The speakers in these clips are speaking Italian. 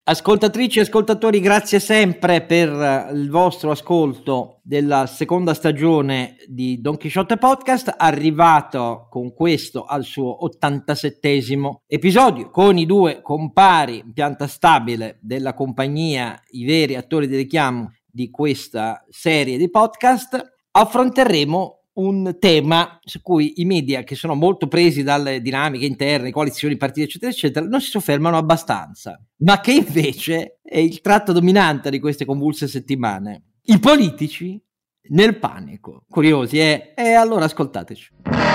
Ascoltatrici e ascoltatori, grazie sempre per il vostro ascolto della seconda stagione di Don Chisciotte Podcast, arrivato con questo al suo 87esimo episodio, con i due compari in pianta stabile della compagnia, i veri attori di richiamo di questa serie di podcast. Affronteremo un tema su cui i media, che sono molto presi dalle dinamiche interne, coalizioni, partiti, eccetera, eccetera, non si soffermano abbastanza, ma che invece è il tratto dominante di queste convulse settimane. I politici nel panico. Curiosi, eh? E allora ascoltateci.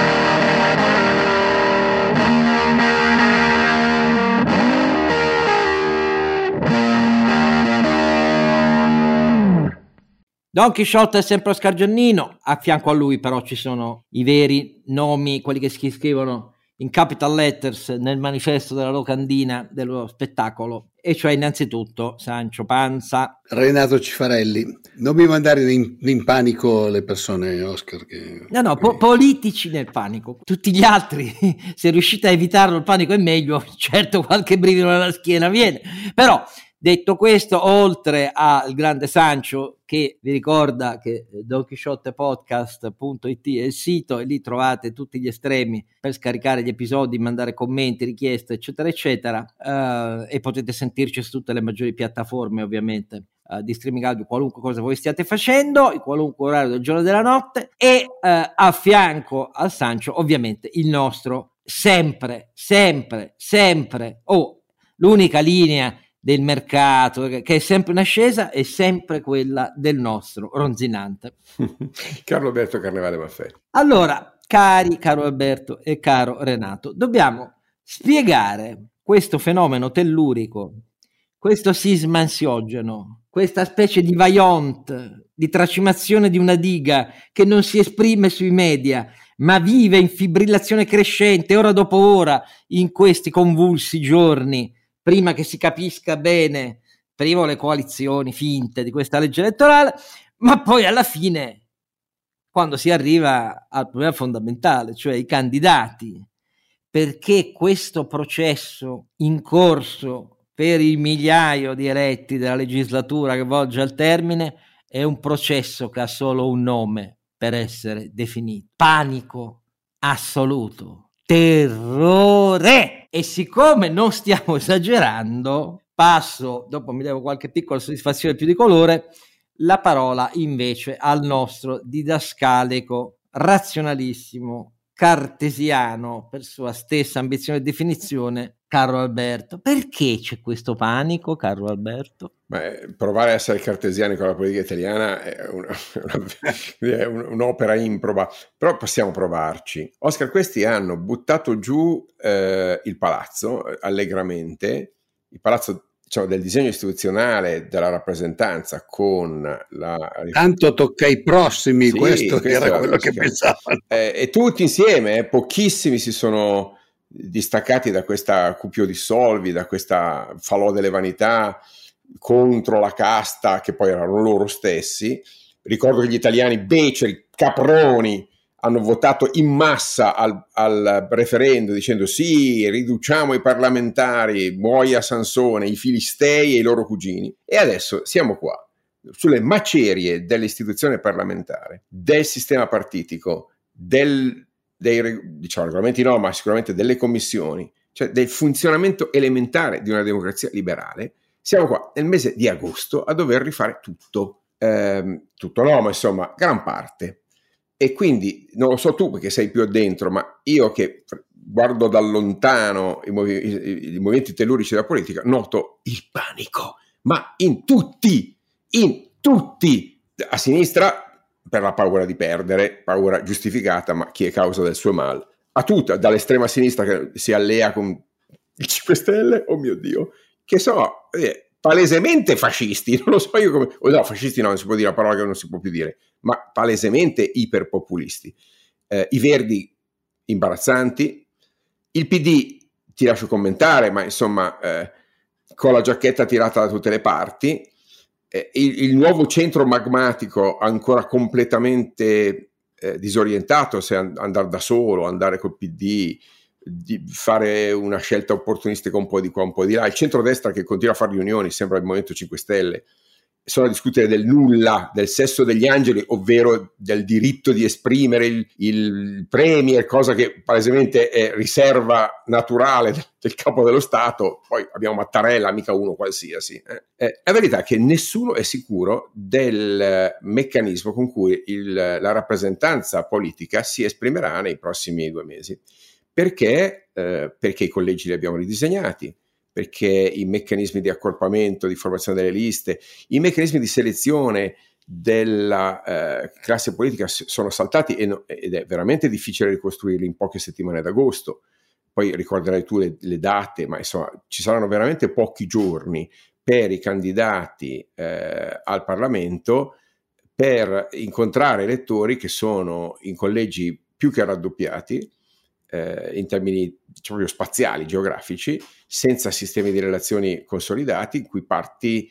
Don Chisciotte è sempre Oscar Giannino, a fianco a lui però ci sono i veri nomi, quelli che si scrivono in capital letters nel manifesto della locandina dello spettacolo, e cioè innanzitutto Sancio Panza. Renato Cifarelli. Non mi mandare in panico le persone, Oscar. Politici nel panico. Tutti gli altri, se riuscite a evitarlo il panico è meglio, certo qualche brivido nella schiena viene, però... Detto questo, oltre al grande Sancio, che vi ricorda che donchisciottepodcast.it è il sito e lì trovate tutti gli estremi per scaricare gli episodi, mandare commenti, richieste, eccetera, eccetera, e potete sentirci su tutte le maggiori piattaforme, ovviamente, di streaming audio, qualunque cosa voi stiate facendo, in qualunque orario del giorno e della notte, e a fianco al Sancio, ovviamente, il nostro sempre, l'unica linea del mercato che è sempre in ascesa è sempre quella del nostro ronzinante Carlo Alberto Carnevale Maffè. Allora, caro Alberto e caro Renato, dobbiamo spiegare questo fenomeno tellurico, questo sisma ansiogeno, questa specie di vaillant, di tracimazione di una diga che non si esprime sui media ma vive in fibrillazione crescente ora dopo ora in questi convulsi giorni, prima che si capisca bene, prima le coalizioni finte di questa legge elettorale, ma poi alla fine, quando si arriva al problema fondamentale, cioè i candidati, perché questo processo in corso per il migliaio di eletti della legislatura che volge al termine è un processo che ha solo un nome per essere definito: panico assoluto, terrore. E siccome non stiamo esagerando, passo, dopo mi devo qualche piccola soddisfazione più di colore, la parola invece al nostro didascalico, razionalissimo, cartesiano, per sua stessa ambizione e definizione, caro Alberto. Perché c'è questo panico, caro Alberto? Provare a essere cartesiani con la politica italiana è un'opera improba, però possiamo provarci. Oscar, questi hanno buttato giù il palazzo allegramente, il palazzo, diciamo, del disegno istituzionale della rappresentanza con la... Tanto tocca ai prossimi, sì, questo era quello che pensavano. E tutti insieme, pochissimi si sono distaccati da questa cupio dissolvi, da questa falò delle vanità contro la casta che poi erano loro stessi. Ricordo che gli italiani beceri, caproni, hanno votato in massa al referendum dicendo sì, riduciamo i parlamentari, muoia Sansone, i filistei e i loro cugini. E adesso siamo qua, sulle macerie dell'istituzione parlamentare, del sistema partitico, dei diciamo, regolamenti no, ma sicuramente delle commissioni, cioè del funzionamento elementare di una democrazia liberale. Siamo qua nel mese di agosto a dover rifare tutto no, ma insomma gran parte. E quindi non lo so tu perché sei più addentro, ma io che guardo da lontano i movimenti tellurici della politica noto il panico, ma in tutti, a sinistra per la paura di perdere, paura giustificata, ma chi è causa del suo mal, a tutta, dall'estrema sinistra che si allea con il 5 Stelle, oh mio Dio, che sono palesemente fascisti, non lo so io come, no, fascisti no, non si può dire, una parola che non si può più dire, ma palesemente iperpopulisti, i Verdi imbarazzanti, il PD ti lascio commentare, ma insomma con la giacchetta tirata da tutte le parti, il nuovo centro magmatico ancora completamente disorientato se andare da solo, andare col PD, di fare una scelta opportunistica un po' di qua, un po' di là. Il centrodestra che continua a fare riunioni, sembra il Movimento 5 Stelle, sono a discutere del nulla, del sesso degli angeli, ovvero del diritto di esprimere il premier, cosa che palesemente è riserva naturale del capo dello Stato. Poi abbiamo Mattarella, mica uno qualsiasi. La verità è che nessuno è sicuro del meccanismo con cui la rappresentanza politica si esprimerà nei prossimi 2 mesi. Perché i collegi li abbiamo ridisegnati, perché i meccanismi di accorpamento, di formazione delle liste, i meccanismi di selezione della classe politica sono saltati ed è veramente difficile ricostruirli in poche settimane d'agosto. Poi ricorderai tu le date, ma insomma ci saranno veramente pochi giorni per i candidati al Parlamento per incontrare elettori che sono in collegi più che raddoppiati, in termini proprio spaziali, geografici, senza sistemi di relazioni consolidati, in cui parti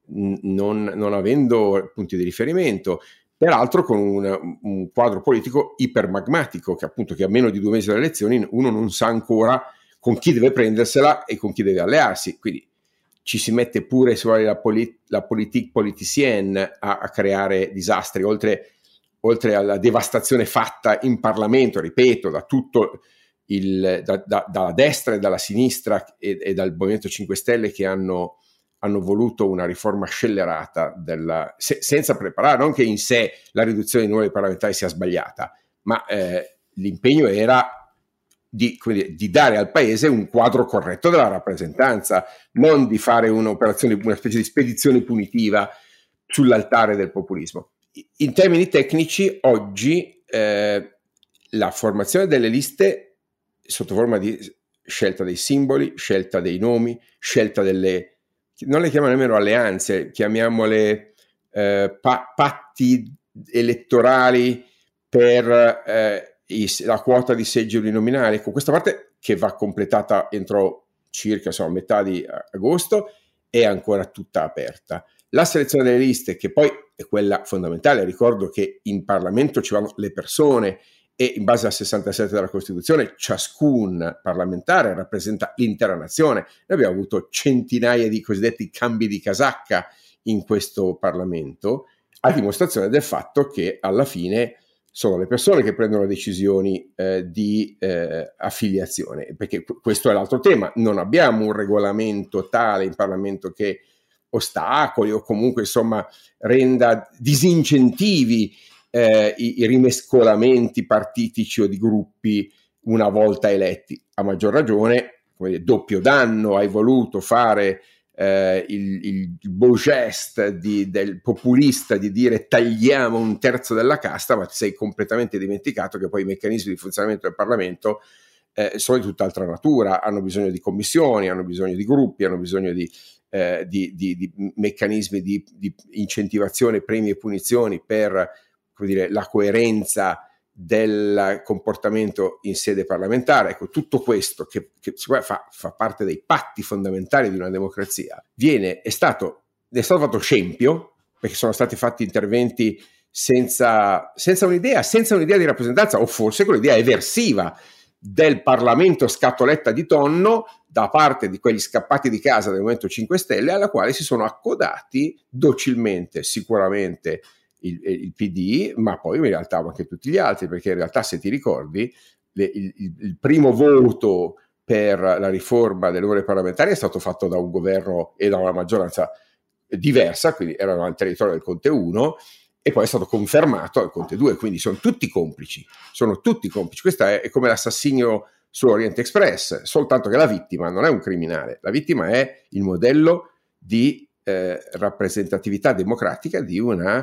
non avendo punti di riferimento, peraltro con un quadro politico ipermagmatico, che a meno di 2 mesi dalle elezioni uno non sa ancora con chi deve prendersela e con chi deve allearsi. Quindi ci si mette pure la politique politicienne a creare disastri, oltre alla devastazione fatta in Parlamento, ripeto, da tutto dalla destra e dalla sinistra e dal Movimento 5 Stelle, che hanno voluto una riforma scellerata senza preparare, non che in sé la riduzione di numeri parlamentari sia sbagliata, ma l'impegno era di dare al Paese un quadro corretto della rappresentanza, non di fare una specie di spedizione punitiva sull'altare del populismo. In termini tecnici, oggi la formazione delle liste sotto forma di scelta dei simboli, scelta dei nomi, scelta non le chiamiamo nemmeno alleanze, chiamiamole patti elettorali per la quota di seggi uninominali. Con questa parte, che va completata entro circa metà di agosto, è ancora tutta aperta. La selezione delle liste, che poi è quella fondamentale, ricordo che in Parlamento ci vanno le persone e in base al 67 della Costituzione ciascun parlamentare rappresenta l'intera nazione. Noi abbiamo avuto centinaia di cosiddetti cambi di casacca in questo Parlamento, a dimostrazione del fatto che alla fine sono le persone che prendono decisioni di affiliazione, perché questo è l'altro tema. Non abbiamo un regolamento tale in Parlamento che ostacoli o comunque renda disincentivi i rimescolamenti partitici o di gruppi una volta eletti. A maggior ragione, doppio danno, hai voluto fare il beau geste del populista di dire tagliamo 1/3 della casta, ma ti sei completamente dimenticato che poi i meccanismi di funzionamento del Parlamento sono di tutt'altra natura, hanno bisogno di commissioni, hanno bisogno di gruppi, hanno bisogno di meccanismi di incentivazione, premi e punizioni per la coerenza del comportamento in sede parlamentare. Ecco, tutto questo che fa parte dei patti fondamentali di una democrazia è stato fatto scempio, perché sono stati fatti interventi senza un'idea di rappresentanza, o forse con l'idea eversiva del Parlamento scatoletta di tonno da parte di quegli scappati di casa del Movimento 5 Stelle, alla quale si sono accodati docilmente sicuramente il PD, ma poi in realtà anche tutti gli altri, perché in realtà, se ti ricordi, il primo voto per la riforma delle ore parlamentari è stato fatto da un governo e da una maggioranza diversa, quindi erano al territorio del Conte 1, e poi è stato confermato al Conte 2, quindi sono tutti complici. Questa è come l'assassinio su Orient Express, soltanto che la vittima non è un criminale, la vittima è il modello di rappresentatività democratica di un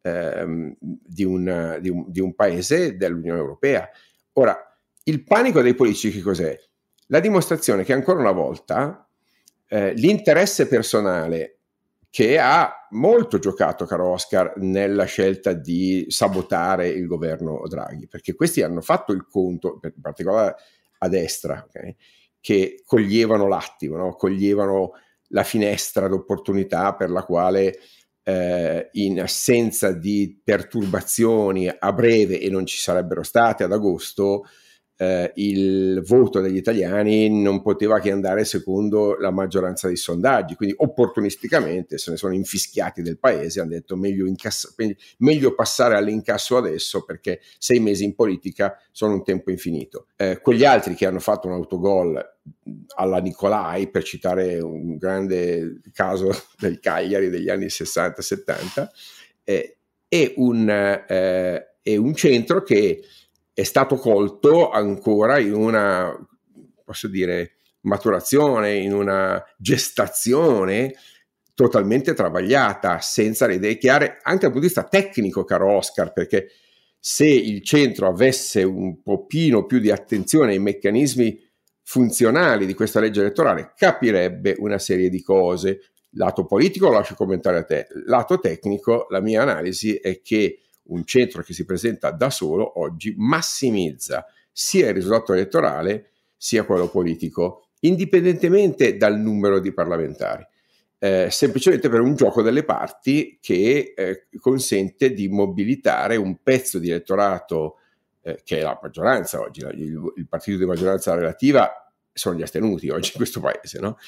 paese dell'Unione Europea. Ora, il panico dei politici che cos'è? La dimostrazione che ancora una volta l'interesse personale, che ha molto giocato, caro Oscar, nella scelta di sabotare il governo Draghi, perché questi hanno fatto il conto, in particolare a destra, okay, che coglievano l'attimo, no? Coglievano la finestra d'opportunità per la quale in assenza di perturbazioni a breve, e non ci sarebbero state ad agosto, il voto degli italiani non poteva che andare secondo la maggioranza dei sondaggi, quindi opportunisticamente se ne sono infischiati del paese, hanno detto meglio passare all'incasso adesso, perché 6 mesi in politica sono un tempo infinito. Quegli altri che hanno fatto un autogol alla Nicolai, per citare un grande caso del Cagliari degli anni 60-70, è un centro che è stato colto ancora in una, posso dire, maturazione, in una gestazione totalmente travagliata, senza le idee chiare, anche dal punto di vista tecnico, caro Oscar, perché se il centro avesse un pochino più di attenzione ai meccanismi funzionali di questa legge elettorale, capirebbe una serie di cose. Lato politico lo lascio commentare a te, lato tecnico la mia analisi è che un centro che si presenta da solo oggi massimizza sia il risultato elettorale sia quello politico, indipendentemente dal numero di parlamentari, semplicemente per un gioco delle parti che consente di mobilitare un pezzo di elettorato che è la maggioranza oggi, il partito di maggioranza relativa sono gli astenuti oggi in questo paese, no?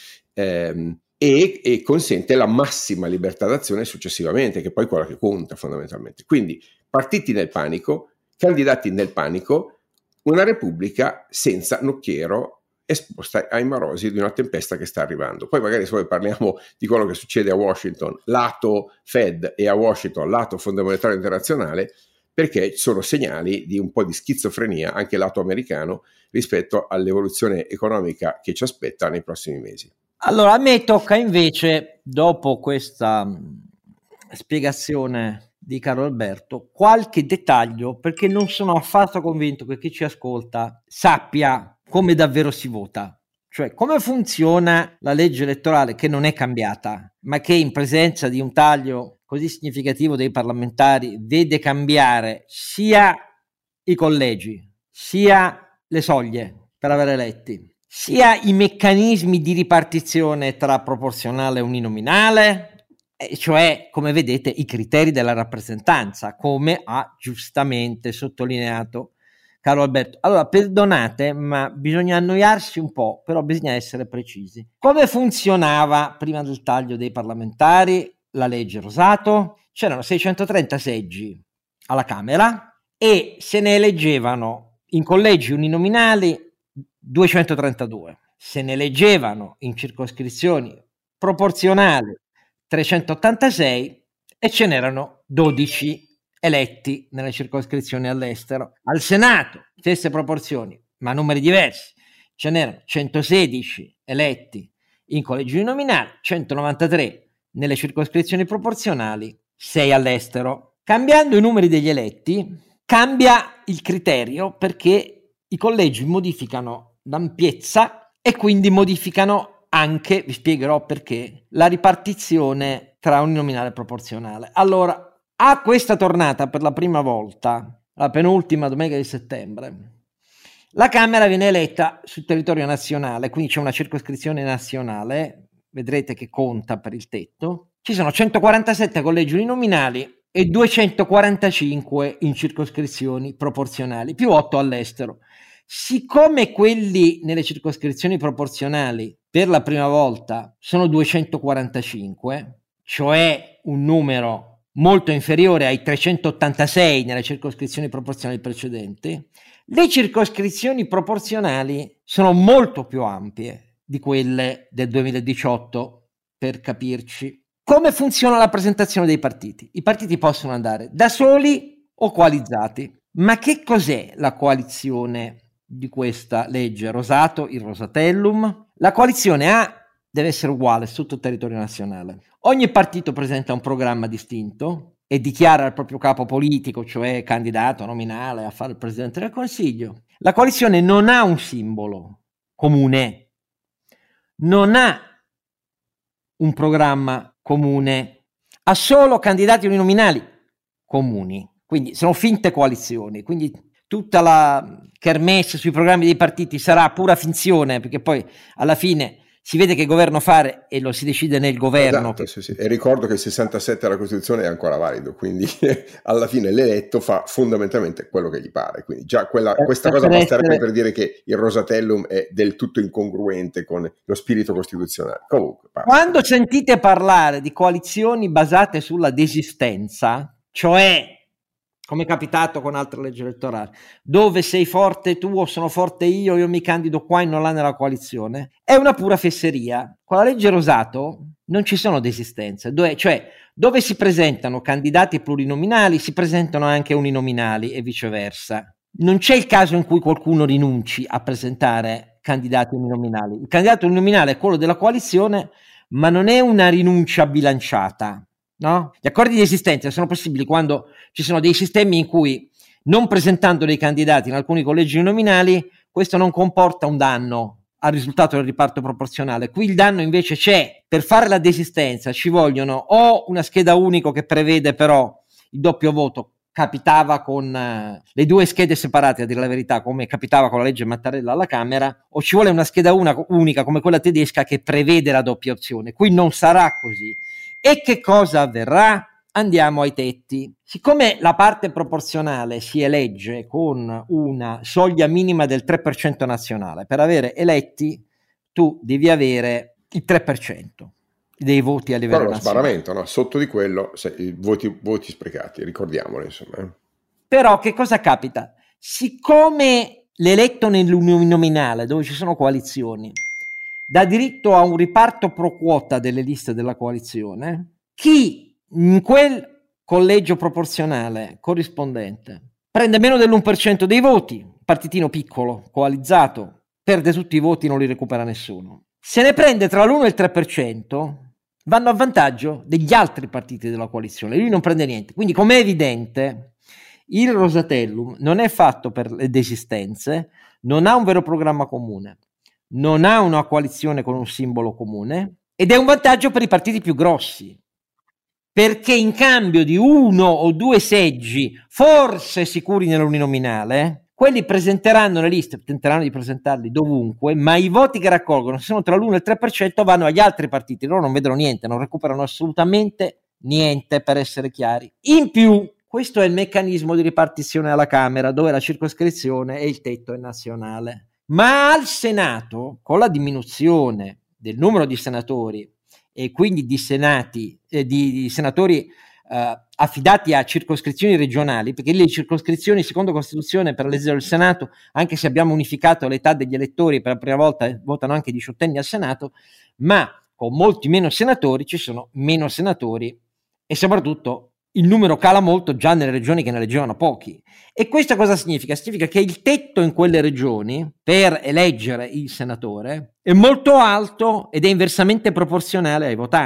E consente la massima libertà d'azione successivamente, che è poi quella che conta fondamentalmente. Quindi partiti nel panico, candidati nel panico, una repubblica senza nocchiero, esposta ai marosi di una tempesta che sta arrivando. Poi magari se poi parliamo di quello che succede a Washington, lato Fed, e a Washington, lato Fondo Monetario Internazionale, perché ci sono segnali di un po' di schizofrenia anche lato americano rispetto all'evoluzione economica che ci aspetta nei prossimi mesi. Allora, a me tocca invece, dopo questa spiegazione di caro Alberto, qualche dettaglio, perché non sono affatto convinto che chi ci ascolta sappia come davvero si vota, cioè come funziona la legge elettorale, che non è cambiata, ma che in presenza di un taglio così significativo dei parlamentari vede cambiare sia i collegi, sia le soglie per avere eletti, sia i meccanismi di ripartizione tra proporzionale e uninominale, cioè, come vedete, i criteri della rappresentanza, come ha giustamente sottolineato caro Alberto. Allora, perdonate, ma bisogna annoiarsi un po', però bisogna essere precisi. Come funzionava prima del taglio dei parlamentari la legge Rosato? C'erano 630 seggi alla Camera e se ne eleggevano in collegi uninominali 232, se ne eleggevano in circoscrizioni proporzionali 386 e ce n'erano 12 eletti nelle circoscrizioni all'estero. Al Senato, stesse proporzioni, ma numeri diversi, ce n'erano 116 eletti in collegi uninominali, 193 nelle circoscrizioni proporzionali, 6 all'estero. Cambiando i numeri degli eletti, cambia il criterio, perché i collegi modificano l'ampiezza e quindi modificano anche, vi spiegherò perché, la ripartizione tra uninominale e proporzionale. Allora, a questa tornata, per la prima volta, la penultima domenica di settembre, la Camera viene eletta sul territorio nazionale, quindi c'è una circoscrizione nazionale, vedrete che conta per il tetto. Ci sono 147 collegi uninominali e 245 in circoscrizioni proporzionali, più 8 all'estero. Siccome quelli nelle circoscrizioni proporzionali per la prima volta sono 245, cioè un numero molto inferiore ai 386 nelle circoscrizioni proporzionali precedenti, le circoscrizioni proporzionali sono molto più ampie di quelle del 2018, per capirci. Come funziona la presentazione dei partiti? I partiti possono andare da soli o coalizzati. Ma che cos'è la coalizione di questa legge Rosato, il Rosatellum? La coalizione A deve essere uguale su tutto il territorio nazionale. Ogni partito presenta un programma distinto e dichiara il proprio capo politico, cioè candidato nominale a fare il Presidente del Consiglio. La coalizione non ha un simbolo comune, non ha un programma comune, ha solo candidati uninominali comuni, quindi sono finte coalizioni, quindi tutta la kermesse sui programmi dei partiti sarà pura finzione, perché poi alla fine si vede che governo fare e lo si decide nel governo. Esatto, sì. E ricordo che il 67 della Costituzione è ancora valido, quindi alla fine l'eletto fa fondamentalmente quello che gli pare, quindi già questa cosa basterebbe per dire che il Rosatellum è del tutto incongruente con lo spirito costituzionale. Comunque, quando sentite parlare di coalizioni basate sulla desistenza, cioè come è capitato con altre leggi elettorali, dove sei forte tu o sono forte io mi candido qua e non là nella coalizione, è una pura fesseria. Con la legge Rosato non ci sono desistenze, cioè dove si presentano candidati plurinominali si presentano anche uninominali e viceversa. Non c'è il caso in cui qualcuno rinunci a presentare candidati uninominali. Il candidato uninominale è quello della coalizione, ma non è una rinuncia bilanciata. No? Gli accordi di esistenza sono possibili quando ci sono dei sistemi in cui, non presentando dei candidati in alcuni collegi uninominali, questo non comporta un danno al risultato del riparto proporzionale. Qui il danno invece c'è. Per fare la desistenza ci vogliono o una scheda unico che prevede però il doppio voto, capitava con le due schede separate, a dire la verità, come capitava con la legge Mattarella alla Camera, o ci vuole una scheda unica come quella tedesca che prevede la doppia opzione. Qui non sarà così. E che cosa avverrà? Andiamo ai tetti. Siccome la parte proporzionale si elegge con una soglia minima del 3% nazionale, per avere eletti tu devi avere il 3% dei voti a livello nazionale. Però lo sparamento, no? Sotto di quello, voti sprecati, ricordiamolo insomma. Però che cosa capita? Siccome l'eletto nell'uninominale, dove ci sono coalizioni, dà diritto a un riparto pro quota delle liste della coalizione, chi in quel collegio proporzionale corrispondente prende meno dell'1% dei voti, partitino piccolo, coalizzato, perde tutti i voti, non li recupera nessuno. Se ne prende tra l'1 e il 3%, vanno a vantaggio degli altri partiti della coalizione, lui non prende niente. Quindi, come è evidente, il Rosatellum non è fatto per le desistenze, non ha un vero programma comune, non ha una coalizione con un simbolo comune ed è un vantaggio per i partiti più grossi, perché in cambio di 1 o 2 seggi, forse sicuri nell'uninominale, quelli presenteranno le liste, tenteranno di presentarli dovunque, ma i voti che raccolgono, se sono tra l'1 e il 3%, vanno agli altri partiti, loro non vedono niente, non recuperano assolutamente niente, per essere chiari. In più, questo è il meccanismo di ripartizione alla Camera, dove la circoscrizione e il tetto è nazionale. Ma al Senato, con la diminuzione del numero di senatori e quindi di senatori affidati a circoscrizioni regionali, perché le circoscrizioni, secondo Costituzione, per l'esercizio del Senato, anche se abbiamo unificato l'età degli elettori per la prima volta, votano anche i diciottenni al Senato, ma con molti meno senatori ci sono meno senatori e soprattutto il numero cala molto già nelle regioni che ne eleggevano pochi. E questo cosa significa? Significa che il tetto in quelle regioni per eleggere il senatore è molto alto ed è inversamente proporzionale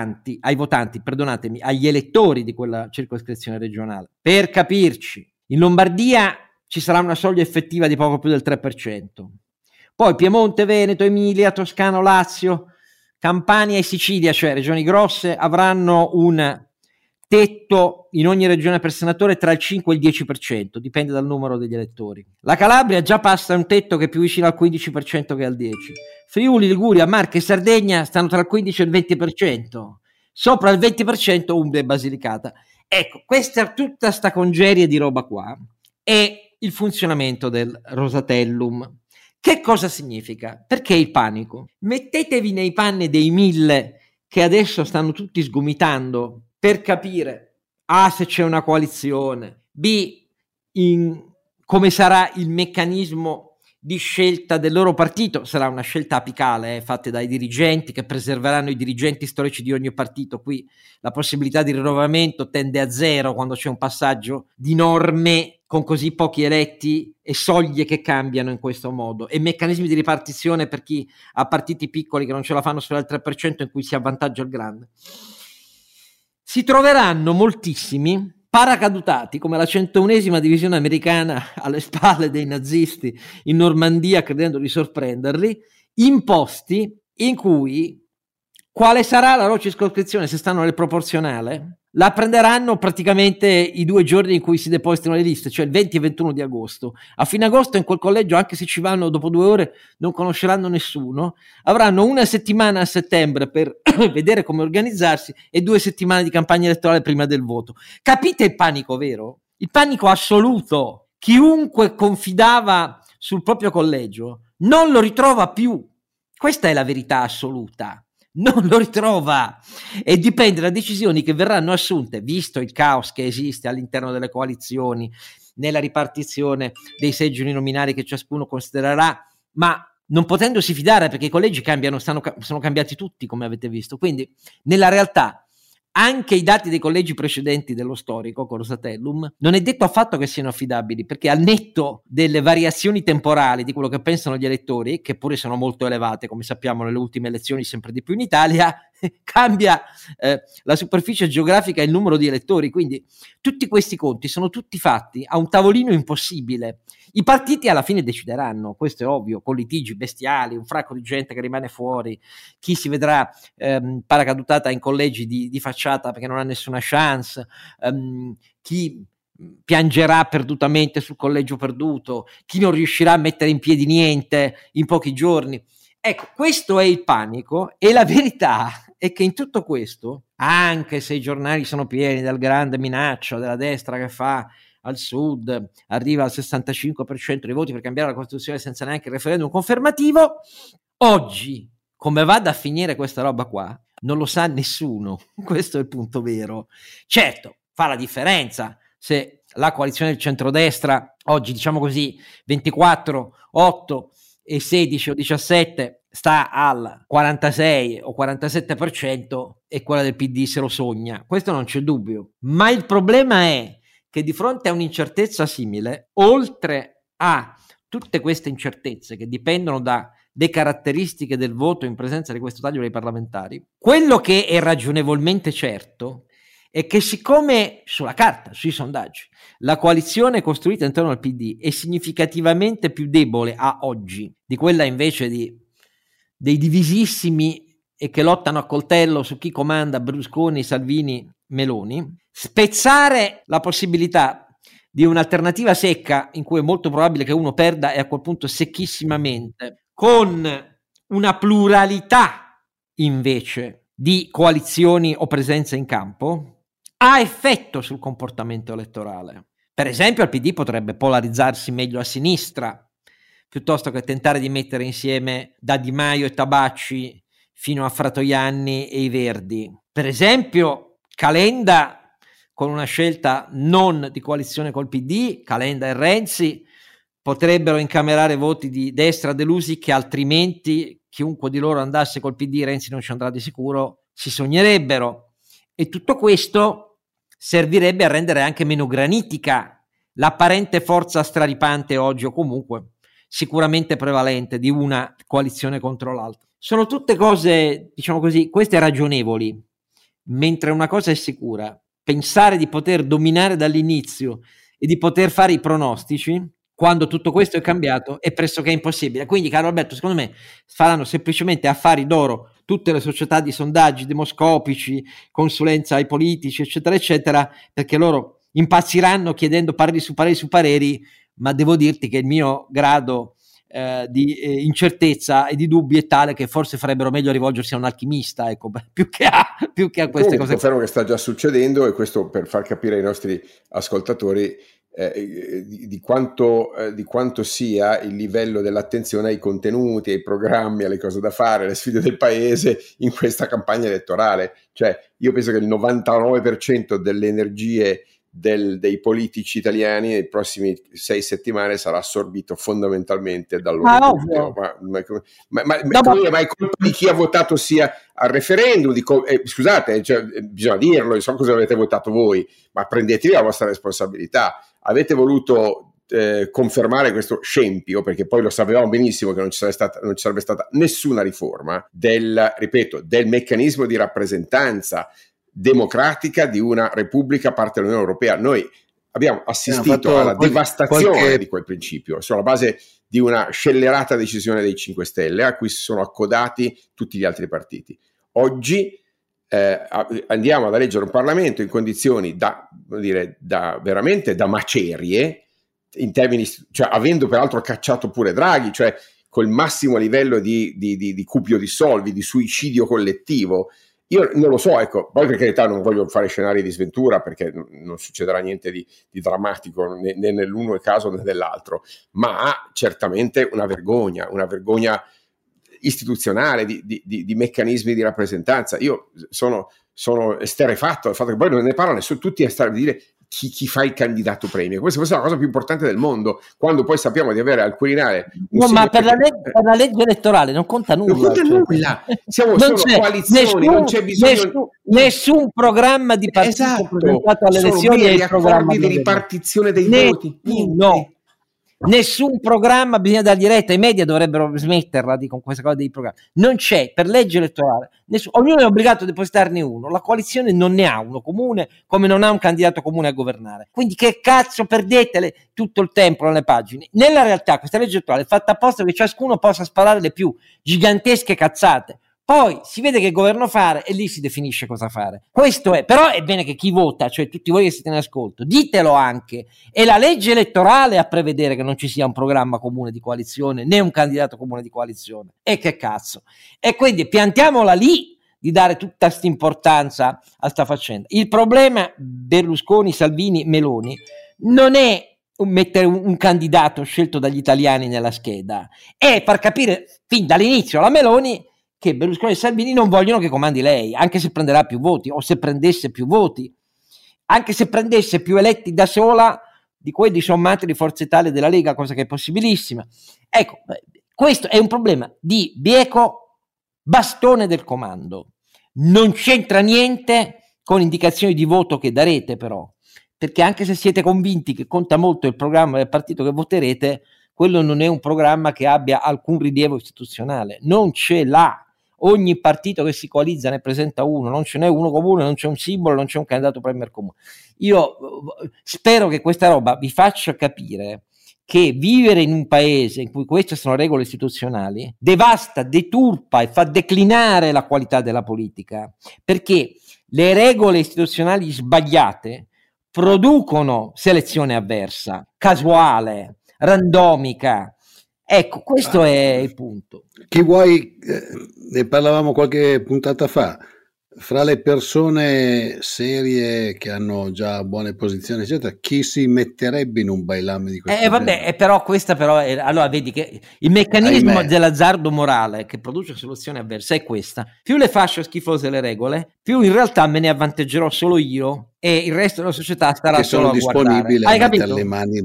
agli elettori di quella circoscrizione regionale. Per capirci, in Lombardia ci sarà una soglia effettiva di poco più del 3%. Poi Piemonte, Veneto, Emilia, Toscana, Lazio, Campania e Sicilia, cioè regioni grosse, avranno un tetto in ogni regione per senatore tra il 5 e il 10%, dipende dal numero degli elettori. La Calabria già passa un tetto che è più vicino al 15% che al 10%. Friuli, Liguria, Marche e Sardegna stanno tra il 15 e il 20%. Sopra il 20% Umbria e Basilicata. Ecco, tutta sta congerie di roba qua è il funzionamento del Rosatellum. Che cosa significa? Perché il panico? Mettetevi nei panni dei 1000 che adesso stanno tutti sgomitando per capire A, se c'è una coalizione, B, come sarà il meccanismo di scelta del loro partito. Sarà una scelta apicale, fatta dai dirigenti, che preserveranno i dirigenti storici di ogni partito. Qui la possibilità di rinnovamento tende a zero quando c'è un passaggio di norme con così pochi eletti e soglie che cambiano in questo modo, e meccanismi di ripartizione per chi ha partiti piccoli che non ce la fanno solo al 3%, in cui si avvantaggia il grande. Si troveranno moltissimi paracadutati come la 101esima divisione americana alle spalle dei nazisti in Normandia, credendo di sorprenderli, in posti in cui Quale sarà la loro circoscrizione se stanno nel proporzionale? La prenderanno praticamente i 2 giorni in cui si depositano le liste, cioè il 20 e 21 di agosto. A fine agosto in quel collegio, anche se ci vanno dopo 2 ore, non conosceranno nessuno. Avranno 1 settimana a settembre per vedere come organizzarsi e 2 settimane di campagna elettorale prima del voto. Capite il panico vero? Il panico assoluto. Chiunque confidava sul proprio collegio non lo ritrova più. Questa è la verità assoluta. Non lo ritrova e dipende da decisioni che verranno assunte, visto il caos che esiste all'interno delle coalizioni, nella ripartizione dei seggi uninominali che ciascuno considererà, ma non potendosi fidare perché i collegi cambiano, sono cambiati tutti, come avete visto. Quindi nella realtà anche i dati dei collegi precedenti dello storico con Rosatellum non è detto affatto che siano affidabili, perché al netto delle variazioni temporali di quello che pensano gli elettori, che pure sono molto elevate, come sappiamo nelle ultime elezioni sempre di più in Italia, cambia la superficie geografica e il numero di elettori. Quindi tutti questi conti sono tutti fatti a un tavolino impossibile. I partiti alla fine decideranno, questo è ovvio, con litigi bestiali, un fracco di gente che rimane fuori, chi si vedrà paracadutata in collegi di facciata perché non ha nessuna chance, chi piangerà perdutamente sul collegio perduto, chi non riuscirà a mettere in piedi niente in pochi giorni. Ecco, questo è il panico, e la verità è che in tutto questo, anche se i giornali sono pieni del grande minaccia della destra che fa al sud, arriva al 65% dei voti per cambiare la Costituzione senza neanche il referendum confermativo, oggi, come vada a finire questa roba qua, non lo sa nessuno. Questo è il punto vero. Certo, fa la differenza se la coalizione del centrodestra oggi, diciamo così, 24, 8 e 16 o 17 sta al 46 o 47% e quella del PD se lo sogna. Questo non c'è dubbio. Ma il problema è che di fronte a un'incertezza simile, oltre a tutte queste incertezze che dipendono dalle caratteristiche del voto in presenza di questo taglio dei parlamentari, quello che è ragionevolmente certo è che siccome sulla carta, sui sondaggi, la coalizione costruita intorno al PD è significativamente più debole a oggi di quella invece dei divisissimi e che lottano a coltello su chi comanda Berlusconi, Salvini, Meloni, spezzare la possibilità di un'alternativa secca in cui è molto probabile che uno perda, e a quel punto secchissimamente, con una pluralità invece di coalizioni o presenze in campo, ha effetto sul comportamento elettorale. Per esempio, il PD potrebbe polarizzarsi meglio a sinistra piuttosto che tentare di mettere insieme da Di Maio e Tabacci fino a Fratoianni e i Verdi. Per esempio, Calenda, con una scelta non di coalizione col PD, Calenda e Renzi potrebbero incamerare voti di destra delusi che altrimenti chiunque di loro andasse col PD, Renzi non ci andrà di sicuro, si sognerebbero. E tutto questo servirebbe a rendere anche meno granitica l'apparente forza straripante oggi, o comunque sicuramente prevalente, di una coalizione contro l'altra. Sono tutte cose, diciamo così, queste ragionevoli, mentre una cosa è sicura: pensare di poter dominare dall'inizio e di poter fare i pronostici quando tutto questo è cambiato è pressoché impossibile. Quindi, caro Alberto, secondo me faranno semplicemente affari d'oro tutte le società di sondaggi demoscopici, consulenza ai politici, eccetera eccetera, perché loro impazziranno chiedendo pareri su pareri, ma devo dirti che il mio grado di incertezza e di dubbi è tale che forse farebbero meglio a rivolgersi a un alchimista, ecco, più che a queste cose. Confermo che sta già succedendo, e questo per far capire ai nostri ascoltatori di quanto sia il livello dell'attenzione ai contenuti, ai programmi, alle cose da fare, alle sfide del paese in questa campagna elettorale. Cioè, io penso che il 99% delle energie dei politici italiani nei prossimi 6 settimane sarà assorbito fondamentalmente dal loro ma è colpa di chi ha votato sia al referendum, scusate, cioè, bisogna dirlo, so cosa avete votato voi, ma prendetevi la vostra responsabilità. Avete voluto confermare questo scempio, perché poi lo sapevamo benissimo che non ci sarebbe stata nessuna riforma del meccanismo di rappresentanza democratica di una repubblica parte dell'Unione Europea. Noi abbiamo assistito alla devastazione di quel principio sulla base di una scellerata decisione dei 5 Stelle a cui si sono accodati tutti gli altri partiti. oggi andiamo ad eleggere un Parlamento in condizioni veramente da macerie, in termini, cioè avendo peraltro cacciato pure Draghi, cioè col massimo livello di cupio di soldi, di suicidio collettivo. Io non lo so, ecco, poi per carità non voglio fare scenari di sventura perché non succederà niente di drammatico né nell'uno caso né nell'altro, ma certamente una vergogna istituzionale di meccanismi di rappresentanza. Io sono esterrefatto dal fatto che poi non ne parla nessuno, tutti a stare a dire chi fa il candidato premio. Questa è la cosa più importante del mondo, quando poi sappiamo di avere al Quirinale ma per la legge elettorale non conta nulla. Non conta nulla. Sono coalizioni, non c'è bisogno nessun programma di partito presentato alle elezioni, sono accordi di ripartizione dei voti. No. Nessun programma, bisogna dargli retta, i media dovrebbero smetterla con questa cosa dei programmi. Non c'è per legge elettorale, ognuno è obbligato a depositarne uno, la coalizione non ne ha uno comune, come non ha un candidato comune a governare. Quindi che cazzo perdetele tutto il tempo nelle pagine? Nella realtà questa legge elettorale è fatta apposta che ciascuno possa sparare le più gigantesche cazzate. Poi si vede che governo fare e lì si definisce cosa fare. Questo è, però è bene che chi vota, cioè tutti voi che siete in ascolto, ditelo anche. È la legge elettorale a prevedere che non ci sia un programma comune di coalizione né un candidato comune di coalizione. E che cazzo. E quindi piantiamola lì di dare tutta questa importanza a sta faccenda. Il problema Berlusconi, Salvini, Meloni non è mettere un candidato scelto dagli italiani nella scheda, è far capire fin dall'inizio alla Meloni che Berlusconi e Salvini non vogliono che comandi lei, anche se prenderà più voti, o se prendesse più voti, anche se prendesse più eletti da sola di quelli sommati di Forza Italia e della Lega, cosa che è possibilissima. Ecco, questo è un problema di bieco bastone del comando. Non c'entra niente con indicazioni di voto che darete, però, perché anche se siete convinti che conta molto il programma del partito che voterete, quello non è un programma che abbia alcun rilievo istituzionale, non ce l'ha. Ogni partito che si coalizza ne presenta uno, non ce n'è uno comune, non c'è un simbolo, non c'è un candidato premier comune. Io spero che questa roba vi faccia capire che vivere in un paese in cui queste sono regole istituzionali devasta, deturpa e fa declinare la qualità della politica, perché le regole istituzionali sbagliate producono selezione avversa, casuale, randomica. Ecco, questo è il punto. Chi vuoi, ne parlavamo qualche puntata fa, fra le persone serie che hanno già buone posizioni eccetera, chi si metterebbe in un bailame di questo genere? Però questa però è, allora vedi che il meccanismo dell'azzardo morale che produce soluzioni avverse è questa: più le faccio schifose le regole, più in realtà me ne avvantaggerò solo io e il resto della società starà solo a guardare. Disponibile a mettere le mani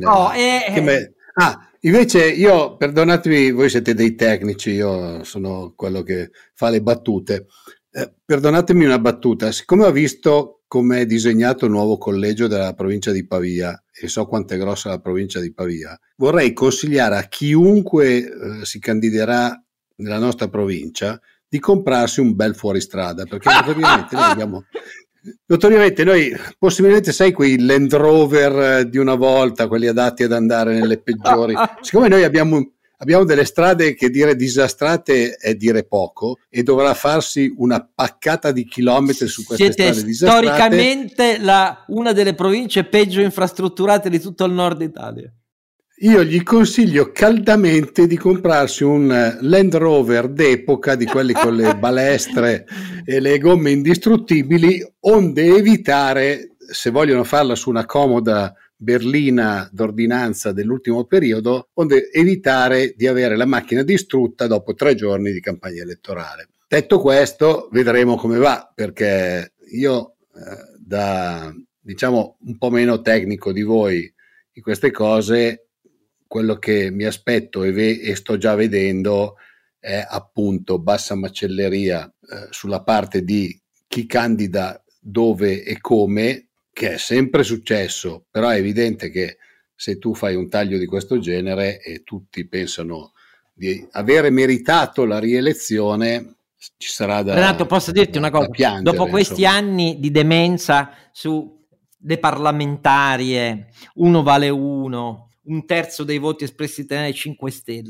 invece io, perdonatemi, voi siete dei tecnici, io sono quello che fa le battute. Perdonatemi una battuta, siccome ho visto come è disegnato il nuovo collegio della provincia di Pavia e so quanto è grossa la provincia di Pavia, vorrei consigliare a chiunque si candiderà nella nostra provincia di comprarsi un bel fuoristrada, perché notoriamente noi possibilmente sai quei Land Rover di una volta, quelli adatti ad andare nelle peggiori, siccome noi abbiamo delle strade che dire disastrate è dire poco e dovrà farsi una paccata di chilometri su queste strade disastrate. Storicamente una delle province peggio infrastrutturate di tutto il nord Italia. Io gli consiglio caldamente di comprarsi un Land Rover d'epoca, di quelli con le balestre e le gomme indistruttibili, onde evitare, se vogliono farla su una comoda berlina d'ordinanza dell'ultimo periodo, onde evitare di avere la macchina distrutta dopo 3 giorni di campagna elettorale. Detto questo, vedremo come va, perché io da diciamo un po' meno tecnico di voi di queste cose, quello che mi aspetto e sto già vedendo è appunto bassa macelleria sulla parte di chi candida dove e come, che è sempre successo, però è evidente che se tu fai un taglio di questo genere e tutti pensano di avere meritato la rielezione, ci sarà da Renato, posso dirti una cosa? Piangere, dopo questi anni di demenza su le parlamentarie, uno vale uno, un terzo dei voti espressi dai 5 Stelle,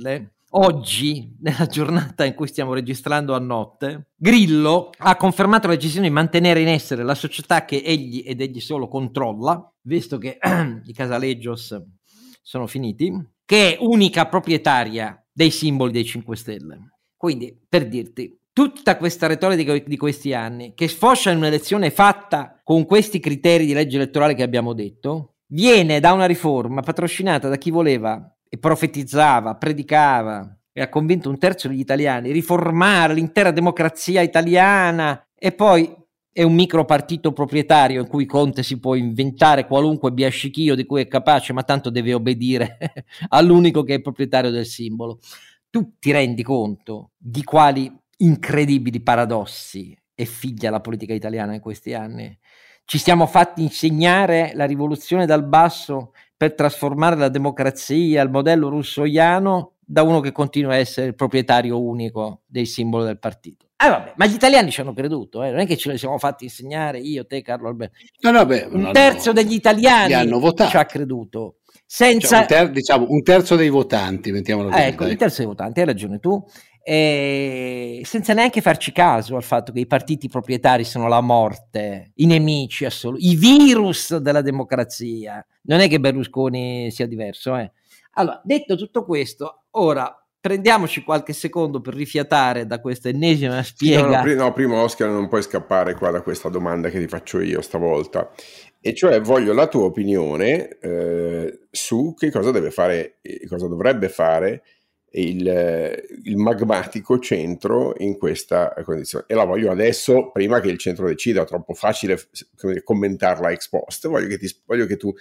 oggi, nella giornata in cui stiamo registrando a notte, Grillo ha confermato la decisione di mantenere in essere la società che egli ed egli solo controlla, visto che i Casalejos sono finiti, che è unica proprietaria dei simboli dei 5 Stelle. Quindi, per dirti, tutta questa retorica di questi anni, che sfoscia in un'elezione fatta con questi criteri di legge elettorale che abbiamo detto, viene da una riforma patrocinata da chi voleva e profetizzava, predicava e ha convinto un terzo degli italiani riformare l'intera democrazia italiana, e poi è un micro partito proprietario in cui Conte si può inventare qualunque biascichio di cui è capace, ma tanto deve obbedire all'unico che è proprietario del simbolo. Tu ti rendi conto di quali incredibili paradossi è figlia la politica italiana in questi anni? Ci siamo fatti insegnare la rivoluzione dal basso per trasformare la democrazia, il modello russoiano, da uno che continua a essere il proprietario unico del simbolo del partito. Vabbè, ma gli italiani ci hanno creduto, non è che ce li siamo fatti insegnare io, te, Carlo Alberto. Un terzo degli italiani ci ha creduto. Senza... Cioè un terzo dei votanti, mettiamolo così. Ecco, un terzo dei votanti, hai ragione tu. Senza neanche farci caso al fatto che i partiti proprietari sono la morte, i nemici assoluti, i virus della democrazia. Non è che Berlusconi sia diverso. Allora, detto tutto questo, ora prendiamoci qualche secondo per rifiatare da questa ennesima spiega. No, prima Oscar, non puoi scappare qua da questa domanda che ti faccio io stavolta, e cioè voglio la tua opinione su che cosa deve fare, cosa dovrebbe fare il magmatico centro in questa condizione, e la voglio adesso, prima che il centro decida. È troppo facile commentarla ex post. Voglio che tu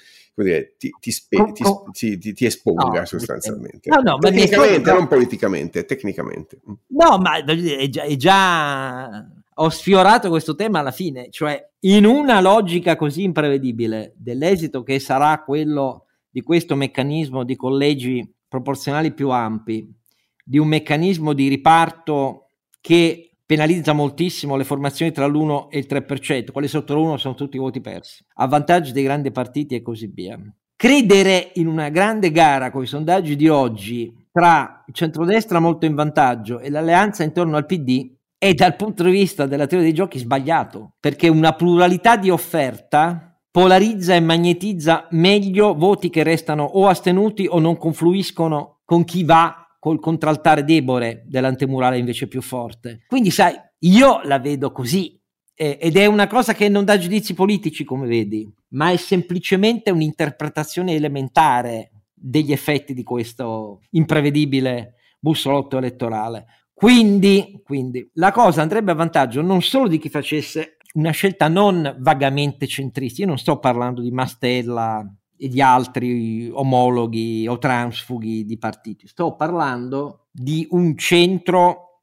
ti esponga, sostanzialmente. No, tecnicamente, non politicamente, tecnicamente. No, ma è già ho sfiorato questo tema alla fine, cioè in una logica così imprevedibile dell'esito che sarà quello di questo meccanismo di collegi proporzionali più ampi, di un meccanismo di riparto che penalizza moltissimo le formazioni tra l'1 e il 3%, quelli sotto l'1 sono tutti voti persi, a vantaggio dei grandi partiti e così via. Credere in una grande gara con i sondaggi di oggi tra il centrodestra molto in vantaggio e l'alleanza intorno al PD è, dal punto di vista della teoria dei giochi, sbagliato, perché una pluralità di offerta polarizza e magnetizza meglio voti che restano o astenuti o non confluiscono con chi va col contraltare debole dell'antemurale invece più forte. Quindi sai, io la vedo così, ed è una cosa che non dà giudizi politici, come vedi, ma è semplicemente un'interpretazione elementare degli effetti di questo imprevedibile bussolotto elettorale. Quindi la cosa andrebbe a vantaggio non solo di chi facesse una scelta non vagamente centrista. Io non sto parlando di Mastella e di altri omologhi o transfughi di partiti, sto parlando di un centro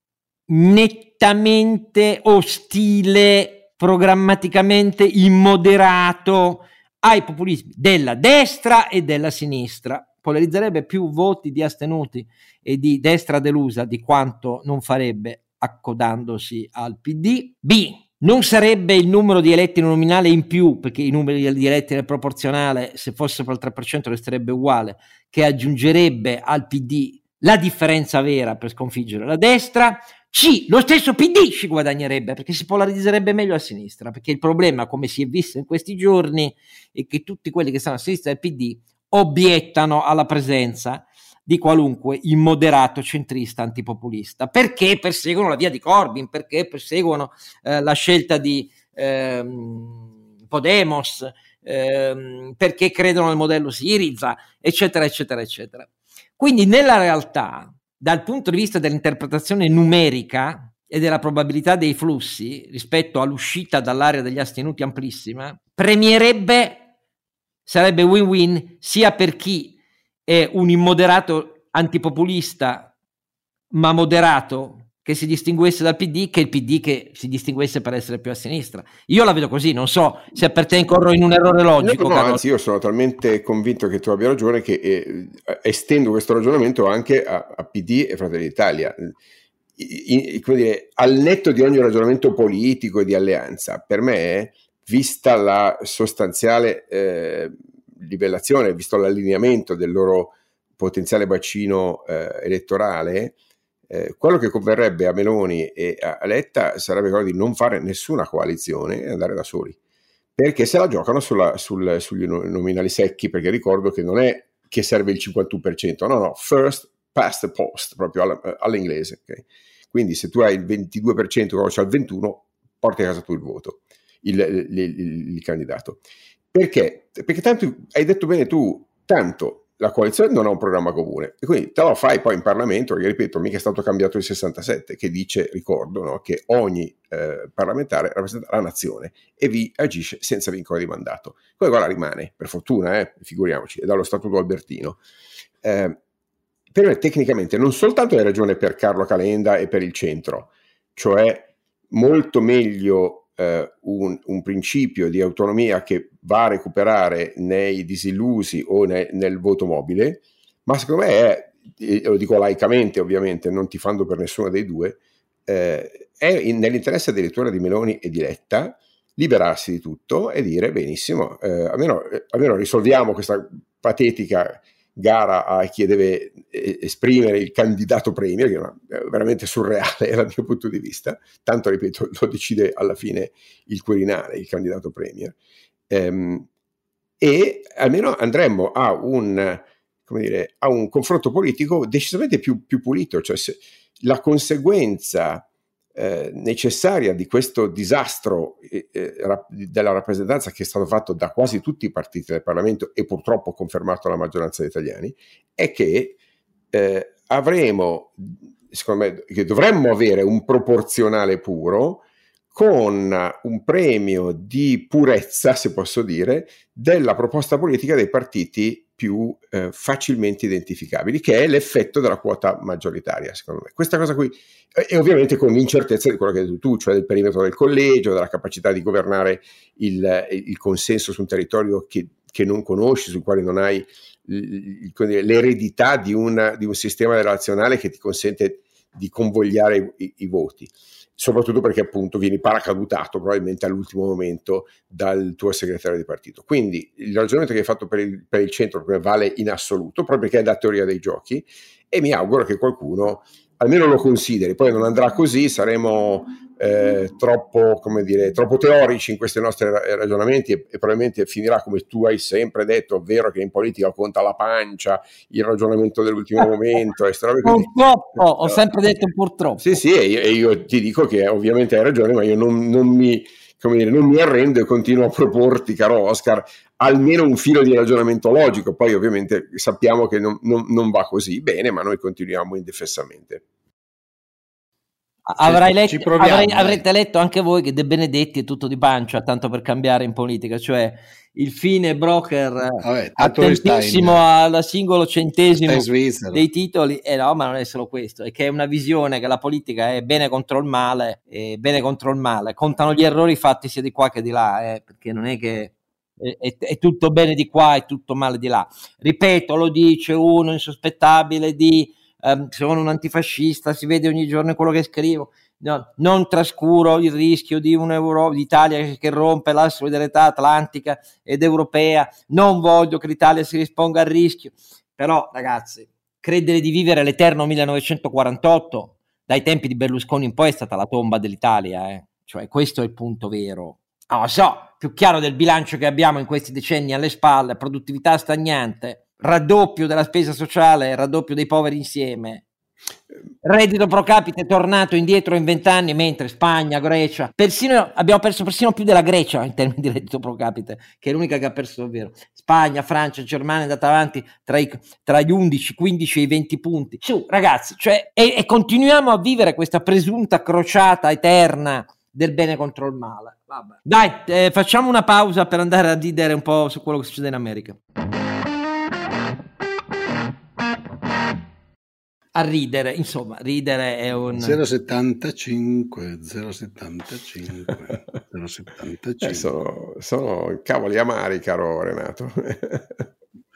nettamente ostile, programmaticamente immoderato ai populismi della destra e della sinistra. Polarizzerebbe più voti di astenuti e di destra delusa di quanto non farebbe accodandosi al PD. Non sarebbe il numero di eletti nominale in più, perché i numeri di eletti nel proporzionale, se fosse per il 3%, resterebbe uguale, che aggiungerebbe al PD la differenza vera per sconfiggere la destra. Lo stesso PD ci guadagnerebbe, perché si polarizzerebbe meglio a sinistra, perché il problema, come si è visto in questi giorni, è che tutti quelli che stanno a sinistra del PD obiettano alla presenza di qualunque immoderato centrista antipopulista, perché perseguono la via di Corbyn, perché perseguono la scelta di Podemos, perché credono nel modello Syriza, eccetera, eccetera, eccetera. Quindi nella realtà, dal punto di vista dell'interpretazione numerica e della probabilità dei flussi rispetto all'uscita dall'area degli astenuti amplissima, sarebbe win-win sia per chi è un immoderato antipopulista ma moderato che si distinguesse dal PD, che il PD che si distinguesse per essere più a sinistra. Io la vedo così, non so se per te incorro in un errore logico. No, anzi, io sono talmente convinto che tu abbia ragione che estendo questo ragionamento anche a PD e Fratelli d'Italia. Come dire, al netto di ogni ragionamento politico e di alleanza, per me, vista la sostanziale livellazione, visto l'allineamento del loro potenziale bacino elettorale, quello che converrebbe a Meloni e a Letta sarebbe quello di non fare nessuna coalizione e andare da soli, perché se la giocano sugli nominali secchi, perché ricordo che non è che serve il 51%, no, first past the post, proprio all'inglese, okay? Quindi se tu hai il 22%, quando c'è il 21%, porti a casa tu il voto, il candidato. Perché? Perché tanto, hai detto bene tu, tanto la coalizione non ha un programma comune, e quindi te lo fai poi in Parlamento, perché ripeto, mica è stato cambiato il 67, che dice, ricordo, no, che ogni parlamentare rappresenta la nazione e vi agisce senza vincolo di mandato. Poi quella rimane, per fortuna, figuriamoci, è dallo Statuto Albertino. Per me tecnicamente non soltanto hai ragione per Carlo Calenda e per il centro, cioè molto meglio un principio di autonomia che va a recuperare nei disillusi o nel voto mobile, ma secondo me lo dico laicamente ovviamente, non tifando per nessuno dei due, è nell'interesse addirittura di Meloni e di Letta liberarsi di tutto e dire benissimo, almeno risolviamo questa patetica gara a chi deve esprimere il candidato premier, che è veramente surreale dal mio punto di vista, tanto ripeto lo decide alla fine il Quirinale, il candidato premier, e almeno andremmo a un confronto politico decisamente più pulito, cioè la conseguenza necessaria di questo disastro della rappresentanza che è stato fatto da quasi tutti i partiti del Parlamento e purtroppo confermato dalla maggioranza degli italiani, è che avremo, secondo me, che dovremmo avere un proporzionale puro con un premio di purezza, se posso dire, della proposta politica dei partiti più facilmente identificabili, che è l'effetto della quota maggioritaria, secondo me. Questa cosa qui, e ovviamente con l'incertezza di quello che hai detto tu, cioè del perimetro del collegio, della capacità di governare il consenso su un territorio che non conosci, sul quale non hai l'eredità di un sistema relazionale che ti consente di convogliare i voti, soprattutto perché appunto vieni paracadutato probabilmente all'ultimo momento dal tuo segretario di partito. Quindi il ragionamento che hai fatto per il centro vale in assoluto, proprio perché è la teoria dei giochi, e mi auguro che qualcuno almeno lo consideri. Poi non andrà così, saremo troppo teorici in questi nostri ragionamenti e probabilmente finirà come tu hai sempre detto, ovvero che in politica conta la pancia, il ragionamento dell'ultimo momento. Purtroppo, ho sempre detto purtroppo. Sì, e io ti dico che ovviamente hai ragione, ma io non mi arrendo e continuo a proporti, caro Oscar, almeno un filo di ragionamento logico. Poi ovviamente sappiamo che non va così bene, ma noi continuiamo indefessamente. Avrete letto anche voi che De Benedetti è tutto di pancia, tanto per cambiare in politica, cioè il fine broker attentissimo al singolo centesimo dei titoli, no, ma non è solo questo, è che è una visione che la politica è bene contro il male, contano gli errori fatti sia di qua che di là, perché non è che è tutto bene di qua e tutto male di là. Ripeto, lo dice uno insospettabile sono un antifascista, si vede ogni giorno quello che scrivo. No, non trascuro il rischio di d'Italia che rompe la solidarietà atlantica ed europea, non voglio che l'Italia si risponda al rischio, però ragazzi, credere di vivere l'eterno 1948 dai tempi di Berlusconi in poi è stata la tomba dell'Italia, cioè questo è il punto vero. Non so, più chiaro del bilancio che abbiamo in questi decenni alle spalle, produttività stagnante, raddoppio della spesa sociale, raddoppio dei poveri insieme, reddito pro capite è tornato indietro in 20 anni, mentre Spagna, Grecia, abbiamo perso persino più della Grecia in termini di reddito pro capite, che è l'unica che ha perso davvero. Spagna, Francia, Germania è andata avanti tra gli 11, 15 e i 20 punti. Su ragazzi, cioè, e continuiamo a vivere questa presunta crociata eterna del bene contro il male. Vabbè. Dai, facciamo una pausa per andare a ridere un po' su quello che succede in America. A ridere, insomma, ridere è un 0,75 sono cavoli amari, caro Renato.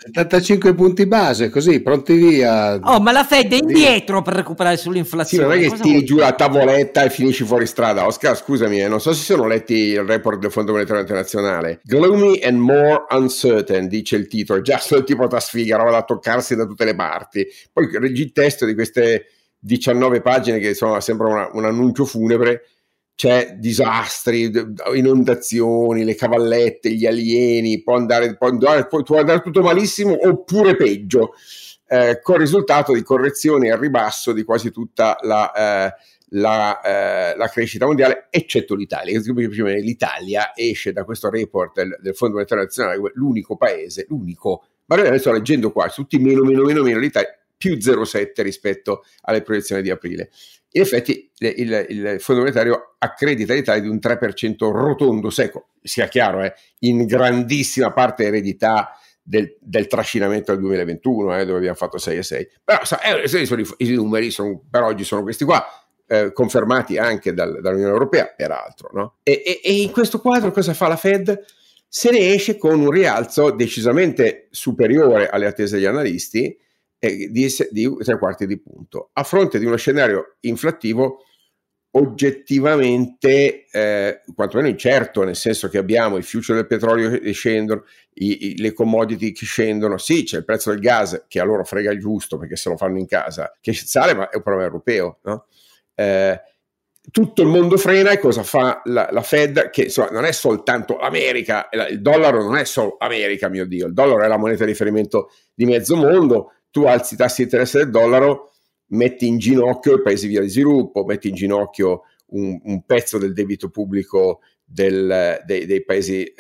75 punti base, così, pronti via. Oh, ma la Fed è indietro per recuperare sull'inflazione. Sì, non è che Cosa tiri vuol giù dire? la tavoletta e finisci fuori strada. Oscar, scusami, non so se sono letti il report del Fondo Monetario Internazionale. Gloomy and more uncertain, dice il titolo. Già solo tipo da sfiga, roba da toccarsi da tutte le parti. Poi leggi il testo di queste 19 pagine che insomma sembra un annuncio funebre. C'è disastri, inondazioni, le cavallette, gli alieni, può andare tutto malissimo oppure peggio, con il risultato di correzioni al ribasso di quasi tutta la crescita mondiale, eccetto l'Italia. L'Italia esce da questo report del Fondo Monetario Nazionale, l'unico paese, ma noi sto leggendo qua, tutti meno l'Italia, più 0,7 rispetto alle proiezioni di aprile. In effetti il Fondo Monetario accredita l'Italia di un 3% rotondo secco, sia chiaro, in grandissima parte eredità del trascinamento del 2021, dove abbiamo fatto 6,6. Però i numeri per oggi sono questi qua, confermati anche dall'Unione Europea, peraltro. No? E in questo quadro cosa fa la Fed? Se ne esce con un rialzo decisamente superiore alle attese degli analisti, di 3/4 di punto, a fronte di uno scenario inflattivo oggettivamente quantomeno incerto, nel senso che abbiamo i future del petrolio che scendono, le commodity che scendono, sì, c'è il prezzo del gas che a loro frega il giusto perché se lo fanno in casa, che sale, ma è un problema europeo, no? Tutto il mondo frena, e cosa fa la Fed? Che insomma, non è soltanto l'America, il dollaro non è solo America, mio Dio, il dollaro è la moneta di riferimento di mezzo mondo. Tu alzi i tassi di interesse del dollaro, metti in ginocchio i paesi via di sviluppo, metti in ginocchio un pezzo del debito pubblico dei paesi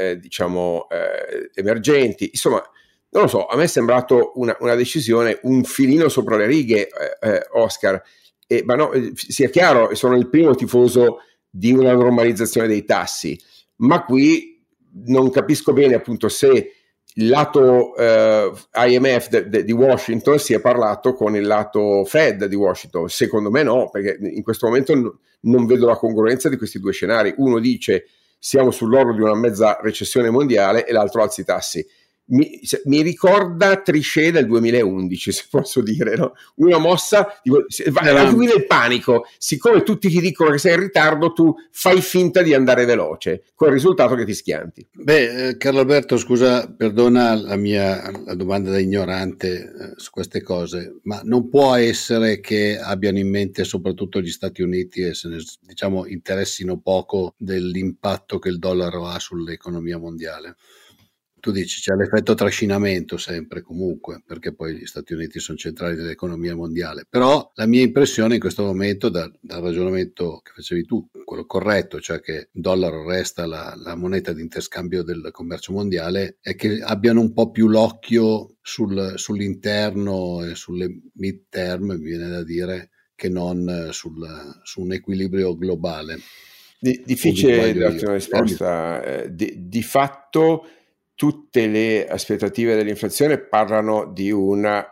emergenti. Insomma, non lo so, a me è sembrato una decisione un filino sopra le righe, Oscar, ma no, sia chiaro, sono il primo tifoso di una normalizzazione dei tassi, ma qui non capisco bene appunto se il lato IMF di Washington si è parlato con il lato Fed di Washington. Secondo me no, perché in questo momento non vedo la congruenza di questi due scenari. Uno dice siamo sull'orlo di una mezza recessione mondiale e l'altro alza i tassi. Mi ricorda Trichet del 2011, se posso dire, no? Una mossa va il panico, siccome tutti ti dicono che sei in ritardo, tu fai finta di andare veloce, con il risultato che ti schianti. Carlo Alberto, scusa, perdona la domanda da ignorante su queste cose, ma non può essere che abbiano in mente soprattutto gli Stati Uniti e se ne interessino poco dell'impatto che il dollaro ha sull'economia mondiale? Tu dici c'è l'effetto trascinamento sempre comunque, perché poi gli Stati Uniti sono centrali dell'economia mondiale, però la mia impressione in questo momento dal ragionamento che facevi tu, quello corretto, cioè che il dollaro resta la moneta di interscambio del commercio mondiale, è che abbiano un po' più l'occhio sull'interno e sulle mid-term, mi viene da dire, che non su un equilibrio globale. Difficile darti una risposta. Di fatto tutte le aspettative dell'inflazione parlano di un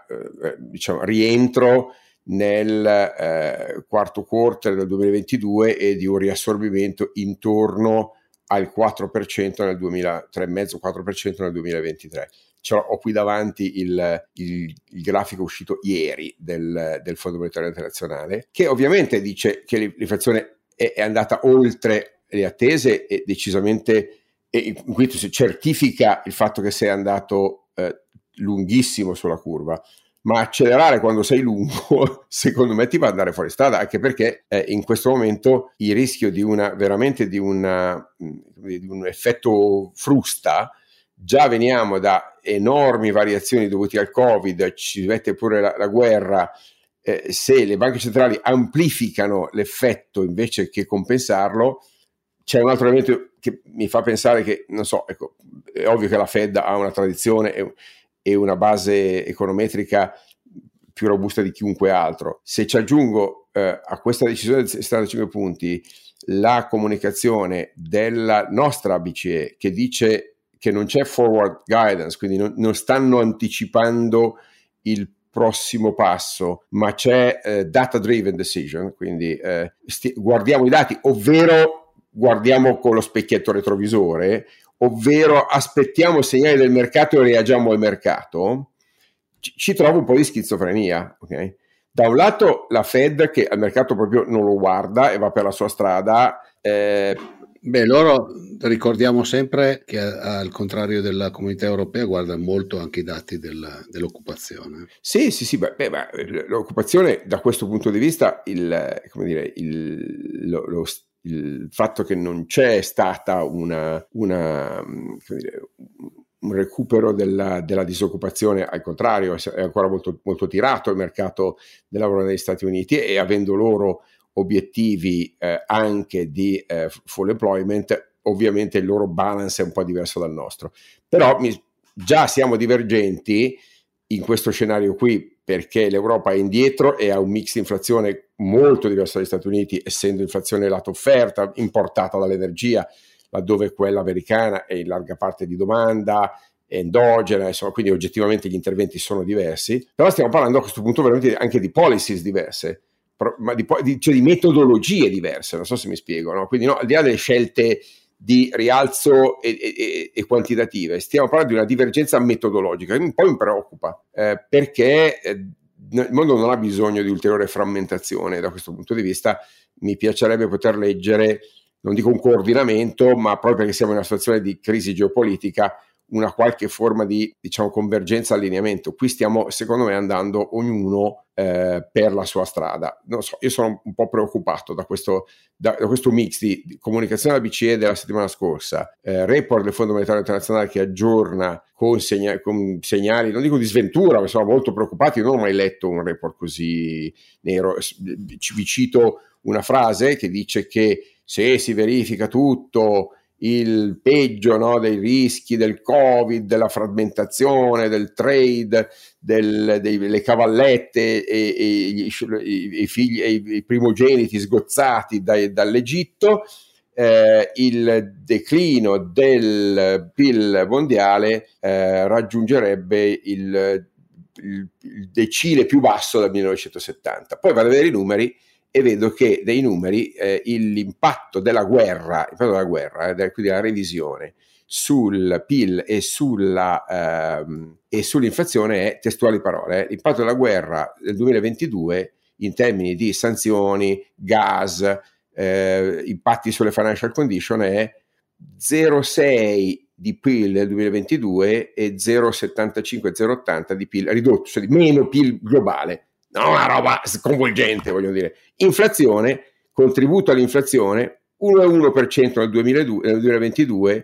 rientro nel quarto quarter del 2022 e di un riassorbimento intorno al 4% nel 3,5-4% nel 2023. Ho qui davanti il grafico uscito ieri del Fondo Monetario Internazionale, che ovviamente dice che l'inflazione è andata oltre le attese e decisamente, e quindi si certifica il fatto che sei andato lunghissimo sulla curva, ma accelerare quando sei lungo secondo me ti fa andare fuori strada, anche perché in questo momento il rischio di un effetto frusta, già veniamo da enormi variazioni dovute al Covid, ci mette pure la guerra, se le banche centrali amplificano l'effetto invece che compensarlo. C'è un altro elemento che mi fa pensare che, non so, ecco, è ovvio che la Fed ha una tradizione e una base econometrica più robusta di chiunque altro. Se ci aggiungo a questa decisione di 75 punti la comunicazione della nostra BCE che dice che non c'è forward guidance, quindi non stanno anticipando il prossimo passo, ma c'è data driven decision, quindi guardiamo i dati, ovvero guardiamo con lo specchietto retrovisore, ovvero aspettiamo segnali del mercato e reagiamo al mercato, ci trovo un po' di schizofrenia, ok? Da un lato la Fed che al mercato proprio non lo guarda e va per la sua strada. Loro ricordiamo sempre che al contrario della Comunità Europea guardano molto anche i dati dell'occupazione. Sì, l'occupazione da questo punto di vista, il fatto che non c'è stata un recupero della disoccupazione, al contrario è ancora molto, molto tirato il mercato del lavoro negli Stati Uniti, e avendo loro obiettivi anche di full employment, ovviamente il loro balance è un po' diverso dal nostro, però già siamo divergenti in questo scenario qui, perché l'Europa è indietro e ha un mix di inflazione molto diverso dagli Stati Uniti, essendo inflazione lato offerta importata dall'energia, laddove quella americana è in larga parte di domanda, è endogena, insomma, quindi oggettivamente gli interventi sono diversi, però stiamo parlando a questo punto veramente anche di policies diverse, ma di metodologie diverse, non so se mi spiego, no? Quindi al di là delle scelte di rialzo e quantitative, stiamo parlando di una divergenza metodologica che un po' mi preoccupa, perché il mondo non ha bisogno di ulteriore frammentazione. Da questo punto di vista mi piacerebbe poter leggere, non dico un coordinamento, ma proprio perché siamo in una situazione di crisi geopolitica, una qualche forma di, diciamo, convergenza, allineamento. Qui stiamo, secondo me, andando ognuno per la sua strada. Non so, io sono un po' preoccupato da questo mix di comunicazione della BCE della settimana scorsa, report del Fondo Monetario Internazionale che aggiorna con segnali, non dico di sventura, ma sono molto preoccupati. Non ho mai letto un report così nero. Vi cito una frase che dice che se si verifica tutto il peggio, no, dei rischi del Covid, della frammentazione, del trade, delle cavallette e i figli e i primogeniti sgozzati dall'Egitto, il declino del PIL mondiale raggiungerebbe il decile più basso dal 1970. Poi vado a vedere i numeri e vedo che dei numeri l'impatto della guerra, quindi la revisione sul PIL e sull'inflazione è, testuali parole, l'impatto della guerra del 2022 in termini di sanzioni, gas, impatti sulle financial condition è 0,6 di PIL nel 2022 e 0,75-0,80 di PIL ridotto, cioè di meno PIL globale. No, una roba sconvolgente, voglio dire. Inflazione, contributo all'inflazione 1,1% nel 2022,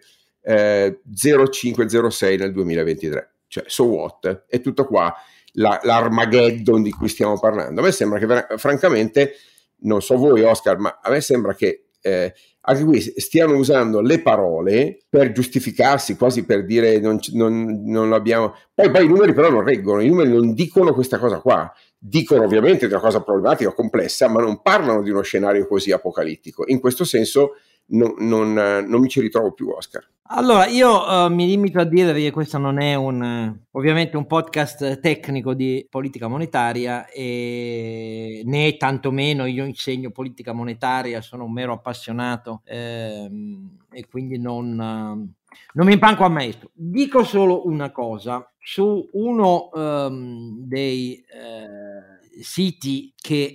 0,5-0,6 nel 2023. Cioè, so what? È tutto qua l'Armageddon di cui stiamo parlando. A me sembra che, francamente, non so voi, Oscar, ma a me sembra che anche qui stiano usando le parole per giustificarsi, quasi per dire non l'abbiamo. Poi i numeri però non reggono, i numeri non dicono questa cosa qua. Dicono ovviamente di una cosa problematica, complessa, ma non parlano di uno scenario così apocalittico. In questo senso non mi ci ritrovo più, Oscar. Allora, io mi limito a dire che questo non è ovviamente un podcast tecnico di politica monetaria, e né tantomeno io insegno politica monetaria, sono un mero appassionato e quindi non mi impanco a maestro. Dico solo una cosa: su uno dei siti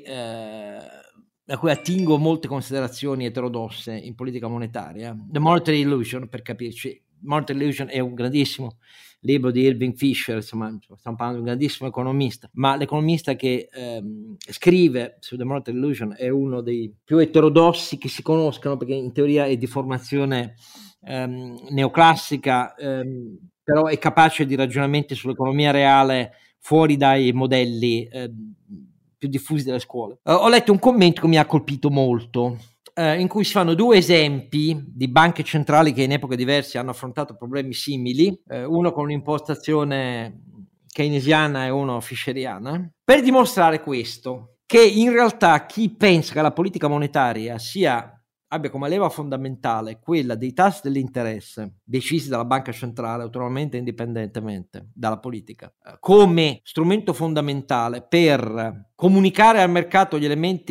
da cui attingo molte considerazioni eterodosse in politica monetaria, The Monetary Illusion, per capirci. Monetary Illusion è un grandissimo libro di Irving Fisher, insomma, stiamo parlando di un grandissimo economista, ma l'economista che scrive su The Monetary Illusion è uno dei più eterodossi che si conoscano, perché in teoria è di formazione neoclassica, però è capace di ragionamenti sull'economia reale fuori dai modelli più diffusi delle scuole. Ho letto un commento che mi ha colpito molto, in cui si fanno due esempi di banche centrali che in epoche diverse hanno affrontato problemi simili, uno con un'impostazione keynesiana e uno fischeriana, per dimostrare questo, che in realtà chi pensa che la politica monetaria abbia come leva fondamentale quella dei tassi dell'interesse decisi dalla banca centrale autonomamente e indipendentemente dalla politica, come strumento fondamentale per comunicare al mercato gli elementi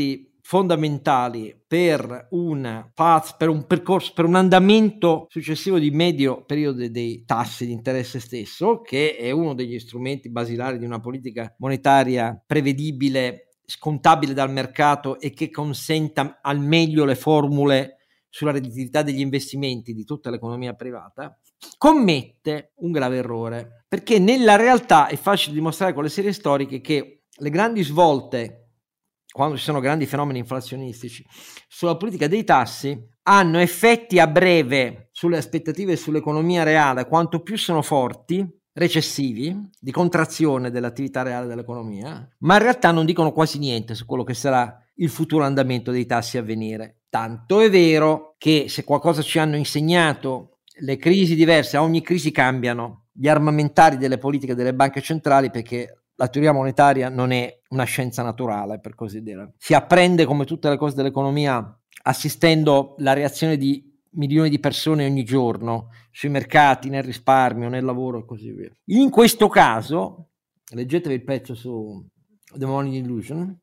fondamentali per un path, per un percorso, per un andamento successivo di medio periodo dei tassi di interesse stesso, che è uno degli strumenti basilari di una politica monetaria prevedibile, scontabile dal mercato e che consenta al meglio le formule sulla redditività degli investimenti di tutta l'economia privata, commette un grave errore, perché nella realtà è facile dimostrare con le serie storiche che le grandi svolte, quando ci sono grandi fenomeni inflazionistici, sulla politica dei tassi hanno effetti a breve sulle aspettative e sull'economia reale, quanto più sono forti, recessivi, di contrazione dell'attività reale dell'economia, ma in realtà non dicono quasi niente su quello che sarà il futuro andamento dei tassi a venire. Tanto è vero che se qualcosa ci hanno insegnato le crisi diverse, a ogni crisi cambiano gli armamentari delle politiche delle banche centrali, perché la teoria monetaria non è una scienza naturale, per così dire. Si apprende come tutte le cose dell'economia assistendo la reazione di milioni di persone ogni giorno sui mercati, nel risparmio, nel lavoro e così via. In questo caso, leggetevi il pezzo su The Money Illusion,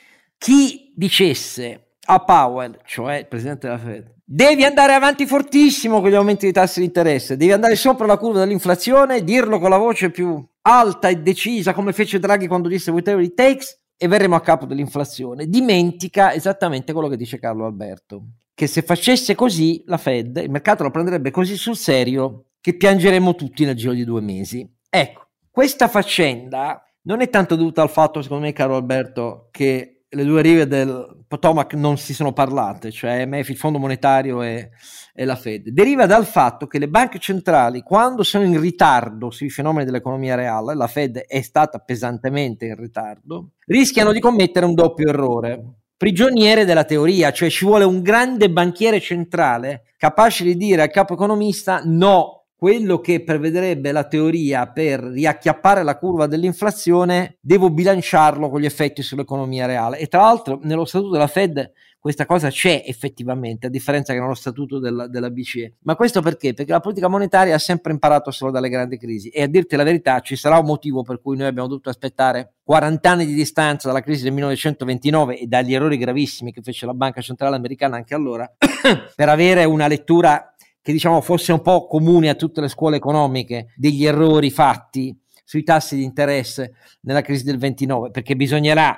chi dicesse a Powell, cioè il presidente della Fed, devi andare avanti fortissimo con gli aumenti dei tassi di interesse, devi andare sopra la curva dell'inflazione, dirlo con la voce più alta e decisa come fece Draghi quando disse whatever it takes e verremo a capo dell'inflazione, dimentica esattamente quello che dice Carlo Alberto, che se facesse così la Fed, il mercato lo prenderebbe così sul serio che piangeremmo tutti nel giro di 2 mesi. Ecco, questa faccenda non è tanto dovuta al fatto, secondo me, Carlo Alberto, che le due rive del Potomac non si sono parlate, cioè IMF, il Fondo Monetario e la Fed. Deriva dal fatto che le banche centrali, quando sono in ritardo sui fenomeni dell'economia reale, la Fed è stata pesantemente in ritardo, rischiano di commettere un doppio errore. Prigioniere della teoria, cioè ci vuole un grande banchiere centrale capace di dire al capo economista no, quello che prevederebbe la teoria per riacchiappare la curva dell'inflazione devo bilanciarlo con gli effetti sull'economia reale. E tra l'altro nello statuto della Fed questa cosa c'è effettivamente, a differenza che nello statuto della BCE. Ma questo perché? Perché la politica monetaria ha sempre imparato solo dalle grandi crisi, e a dirti la verità ci sarà un motivo per cui noi abbiamo dovuto aspettare 40 anni di distanza dalla crisi del 1929 e dagli errori gravissimi che fece la Banca Centrale Americana anche allora per avere una lettura che diciamo fosse un po' comune a tutte le scuole economiche degli errori fatti sui tassi di interesse nella crisi del 29, perché bisognerà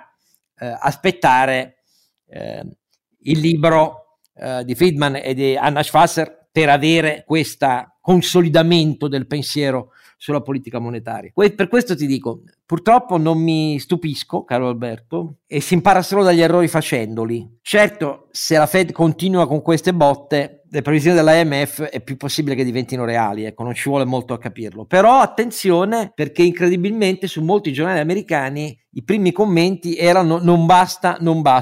aspettare il libro di Friedman e di Anna Schwarzer per avere questo consolidamento del pensiero sulla politica monetaria. Per questo ti dico, purtroppo non mi stupisco, caro Alberto, e si impara solo dagli errori facendoli. Certo, se la Fed continua con queste botte, le previsioni dell'IMF è più possibile che diventino reali, ecco, non ci vuole molto a capirlo. Però attenzione, perché incredibilmente su molti giornali americani i primi commenti erano non basta,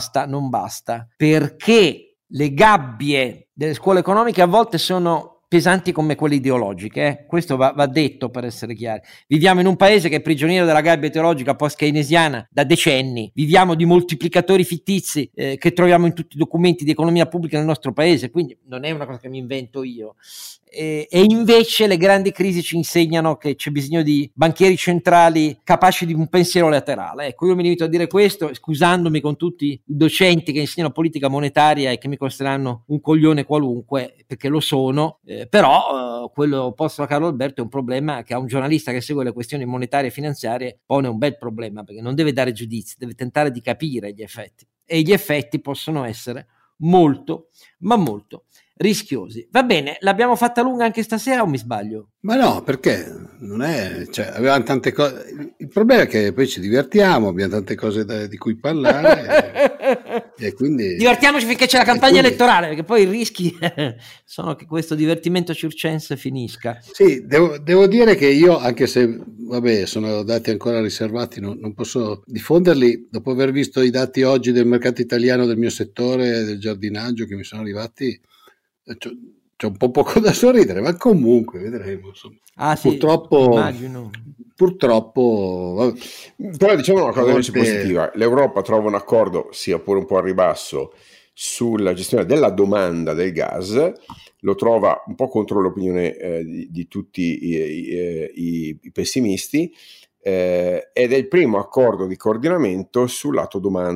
perché le gabbie delle scuole economiche a volte sono pesanti come quelle ideologiche, questo va detto per essere chiari. Viviamo in un paese che è prigioniero della gabbia ideologica post-keynesiana da decenni, viviamo di moltiplicatori fittizi che troviamo in tutti i documenti di economia pubblica nel nostro paese, quindi non è una cosa che mi invento io. E invece le grandi crisi ci insegnano che c'è bisogno di banchieri centrali capaci di un pensiero laterale. Ecco, io mi limito a dire questo, scusandomi con tutti i docenti che insegnano politica monetaria e che mi considereranno un coglione qualunque, perché lo sono, però quello posto da Carlo Alberto è un problema che a un giornalista che segue le questioni monetarie e finanziarie pone un bel problema, perché non deve dare giudizi, deve tentare di capire gli effetti, e gli effetti possono essere molto, ma molto rischiosi. Va bene, l'abbiamo fatta lunga anche stasera o mi sbaglio? Ma no, perché non è, cioè, avevamo tante cose. Il problema è che poi ci divertiamo, abbiamo tante cose di cui parlare e quindi divertiamoci finché c'è la campagna elettorale, perché poi i rischi sono che questo divertimento circense finisca. Sì, devo dire che io, anche se vabbè, sono dati ancora riservati, non posso diffonderli, dopo aver visto i dati oggi del mercato italiano del mio settore, del giardinaggio che mi sono arrivati, c'è un po' poco da sorridere, ma comunque vedremo, insomma. Sì, purtroppo immagino. Purtroppo però diciamo una cosa invece positiva, l'Europa trova un accordo sia pure un po' a ribasso sulla gestione della domanda del gas, lo trova un po' contro l'opinione di tutti i pessimisti, ed è il primo accordo di coordinamento sul lato domanda.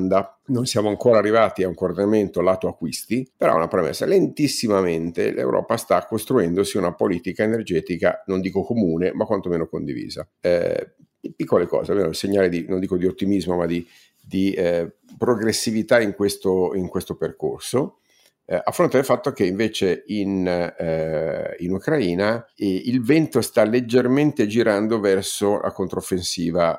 non siamo ancora arrivati a un coordinamento lato acquisti, però una premessa: lentissimamente l'Europa sta costruendosi una politica energetica, non dico comune, ma quantomeno condivisa. Piccole cose, un segnale di, non dico di ottimismo, ma di progressività in questo percorso. A fronte del fatto che invece in Ucraina il vento sta leggermente girando verso la controffensiva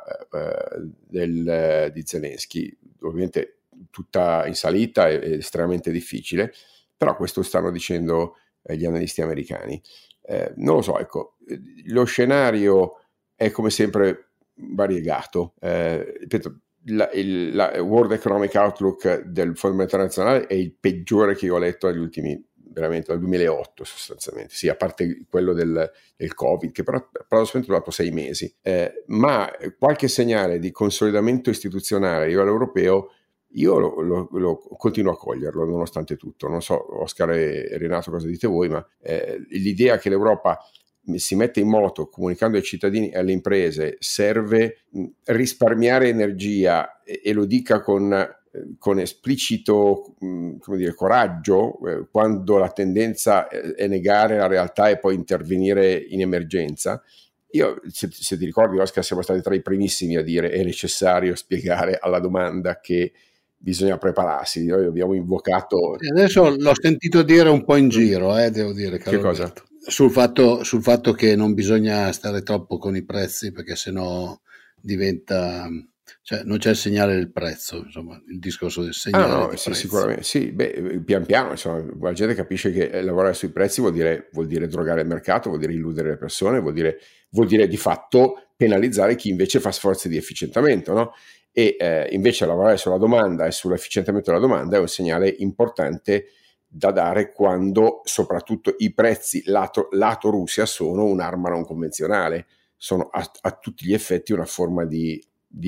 di Zelensky, ovviamente tutta in salita e estremamente difficile, però questo stanno dicendo gli analisti americani. Non lo so, ecco, lo scenario è come sempre variegato. Ripeto, la World Economic Outlook del Fondo Monetario Nazionale è il peggiore che io ho letto negli ultimi, veramente dal 2008 sostanzialmente, sì, a parte quello del Covid, che però è durato 6 mesi, ma qualche segnale di consolidamento istituzionale a livello europeo io lo continuo a coglierlo nonostante tutto. Non so, Oscar e Renato, cosa dite voi, ma l'idea che l'Europa si mette in moto comunicando ai cittadini e alle imprese serve risparmiare energia e lo dica con esplicito coraggio, quando la tendenza è negare la realtà e poi intervenire in emergenza. Io, se ti ricordi, Oscar, siamo stati tra i primissimi a dire è necessario spiegare alla domanda che bisogna prepararsi. Noi abbiamo invocato. Adesso l'ho sentito dire un po' in giro, devo dire, che cosa? Alberto. Sul fatto che non bisogna stare troppo con i prezzi, perché sennò diventa, cioè non c'è il segnale del prezzo, insomma, il discorso del segnale sì, sicuramente sì. Pian piano, insomma, la gente capisce che lavorare sui prezzi vuol dire drogare il mercato, vuol dire illudere le persone, vuol dire di fatto penalizzare chi invece fa sforzi di efficientamento, no? E invece lavorare sulla domanda e sull'efficientamento della domanda è un segnale importante da dare quando soprattutto i prezzi lato Russia sono un'arma non convenzionale, sono a tutti gli effetti una forma di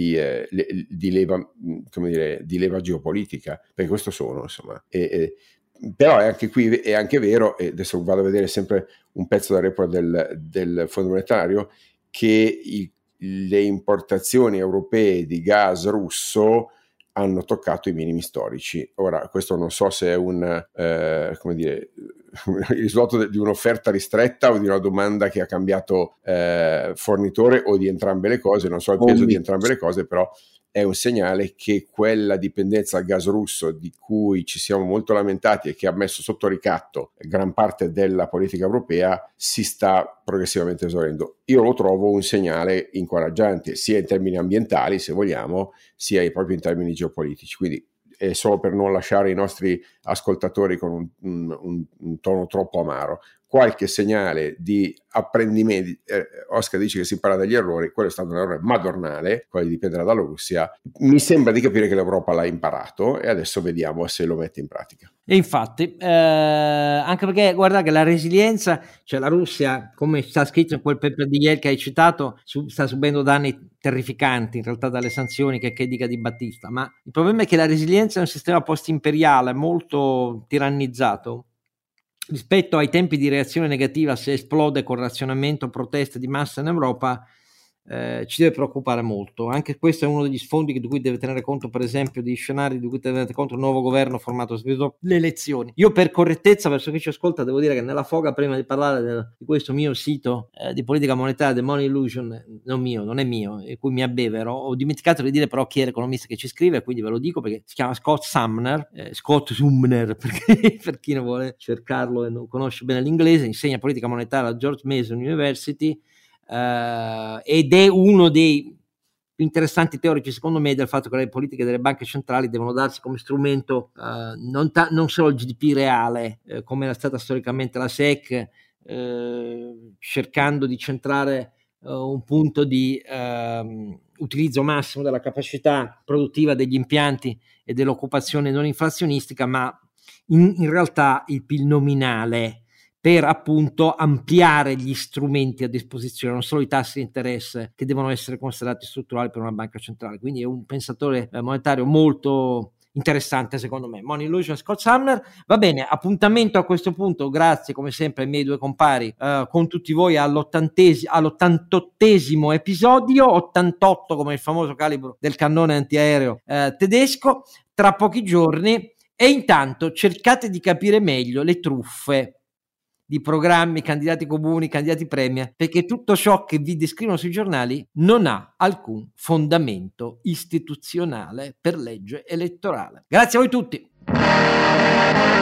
leva, di leva geopolitica, perché questo sono, insomma. Però è anche vero, e adesso vado a vedere sempre un pezzo del report del Fondo Monetario, che le importazioni europee di gas russo hanno toccato i minimi storici. Ora, questo non so se è il risultato di un'offerta ristretta o di una domanda che ha cambiato fornitore, o di entrambe le cose. Non so il peso di entrambe le cose, però è un segnale che quella dipendenza al gas russo, di cui ci siamo molto lamentati e che ha messo sotto ricatto gran parte della politica europea, si sta progressivamente esaurendo. Io lo trovo un segnale incoraggiante, sia in termini ambientali, se vogliamo, sia proprio in termini geopolitici. Quindi è solo per non lasciare i nostri ascoltatori con un tono troppo amaro. Qualche segnale di apprendimento. Oscar dice che si impara dagli errori, quello è stato un errore madornale, quello di dipendere dalla Russia. Mi sembra di capire che l'Europa l'ha imparato e adesso vediamo se lo mette in pratica. E infatti, anche perché guarda che la resilienza, cioè la Russia, come sta scritto in quel paper di Yale che hai citato, sta subendo danni terrificanti in realtà dalle sanzioni che dica di Battista, ma il problema è che la resilienza è un sistema post-imperiale molto tirannizzato. Rispetto ai tempi di reazione negativa, se esplode con razionamento o proteste di massa in Europa, ci deve preoccupare molto. Anche questo è uno degli sfondi di cui deve tenere conto, per esempio, di scenari di cui deve tenere conto il nuovo governo formato dopo le elezioni. Io, per correttezza verso chi ci ascolta, devo dire che nella foga, prima di parlare di questo mio sito di politica monetaria, The Money Illusion, non è mio, e cui mi abbevero, ho dimenticato di dire però chi è l'economista che ci scrive, quindi ve lo dico perché si chiama Scott Sumner, perché per chi non vuole cercarlo e non conosce bene l'inglese, insegna politica monetaria alla George Mason University, ed è uno dei più interessanti teorici, secondo me, del fatto che le politiche delle banche centrali devono darsi come strumento non solo il GDP reale, come era stata storicamente la SEC, cercando di centrare un punto di utilizzo massimo della capacità produttiva degli impianti e dell'occupazione non inflazionistica, ma in realtà il PIL nominale, per appunto ampliare gli strumenti a disposizione, non solo i tassi di interesse che devono essere considerati strutturali per una banca centrale. Quindi è un pensatore monetario molto interessante secondo me. Morning Illusion, Scott Sumner. Va bene, appuntamento a questo punto, grazie come sempre ai miei due compari, con tutti voi all'88esimo episodio, 88 come il famoso calibro del cannone antiaereo tedesco, tra pochi giorni. E intanto cercate di capire meglio le truffe di programmi, candidati comuni, candidati premia, perché tutto ciò che vi descrivono sui giornali non ha alcun fondamento istituzionale per legge elettorale. Grazie a voi tutti.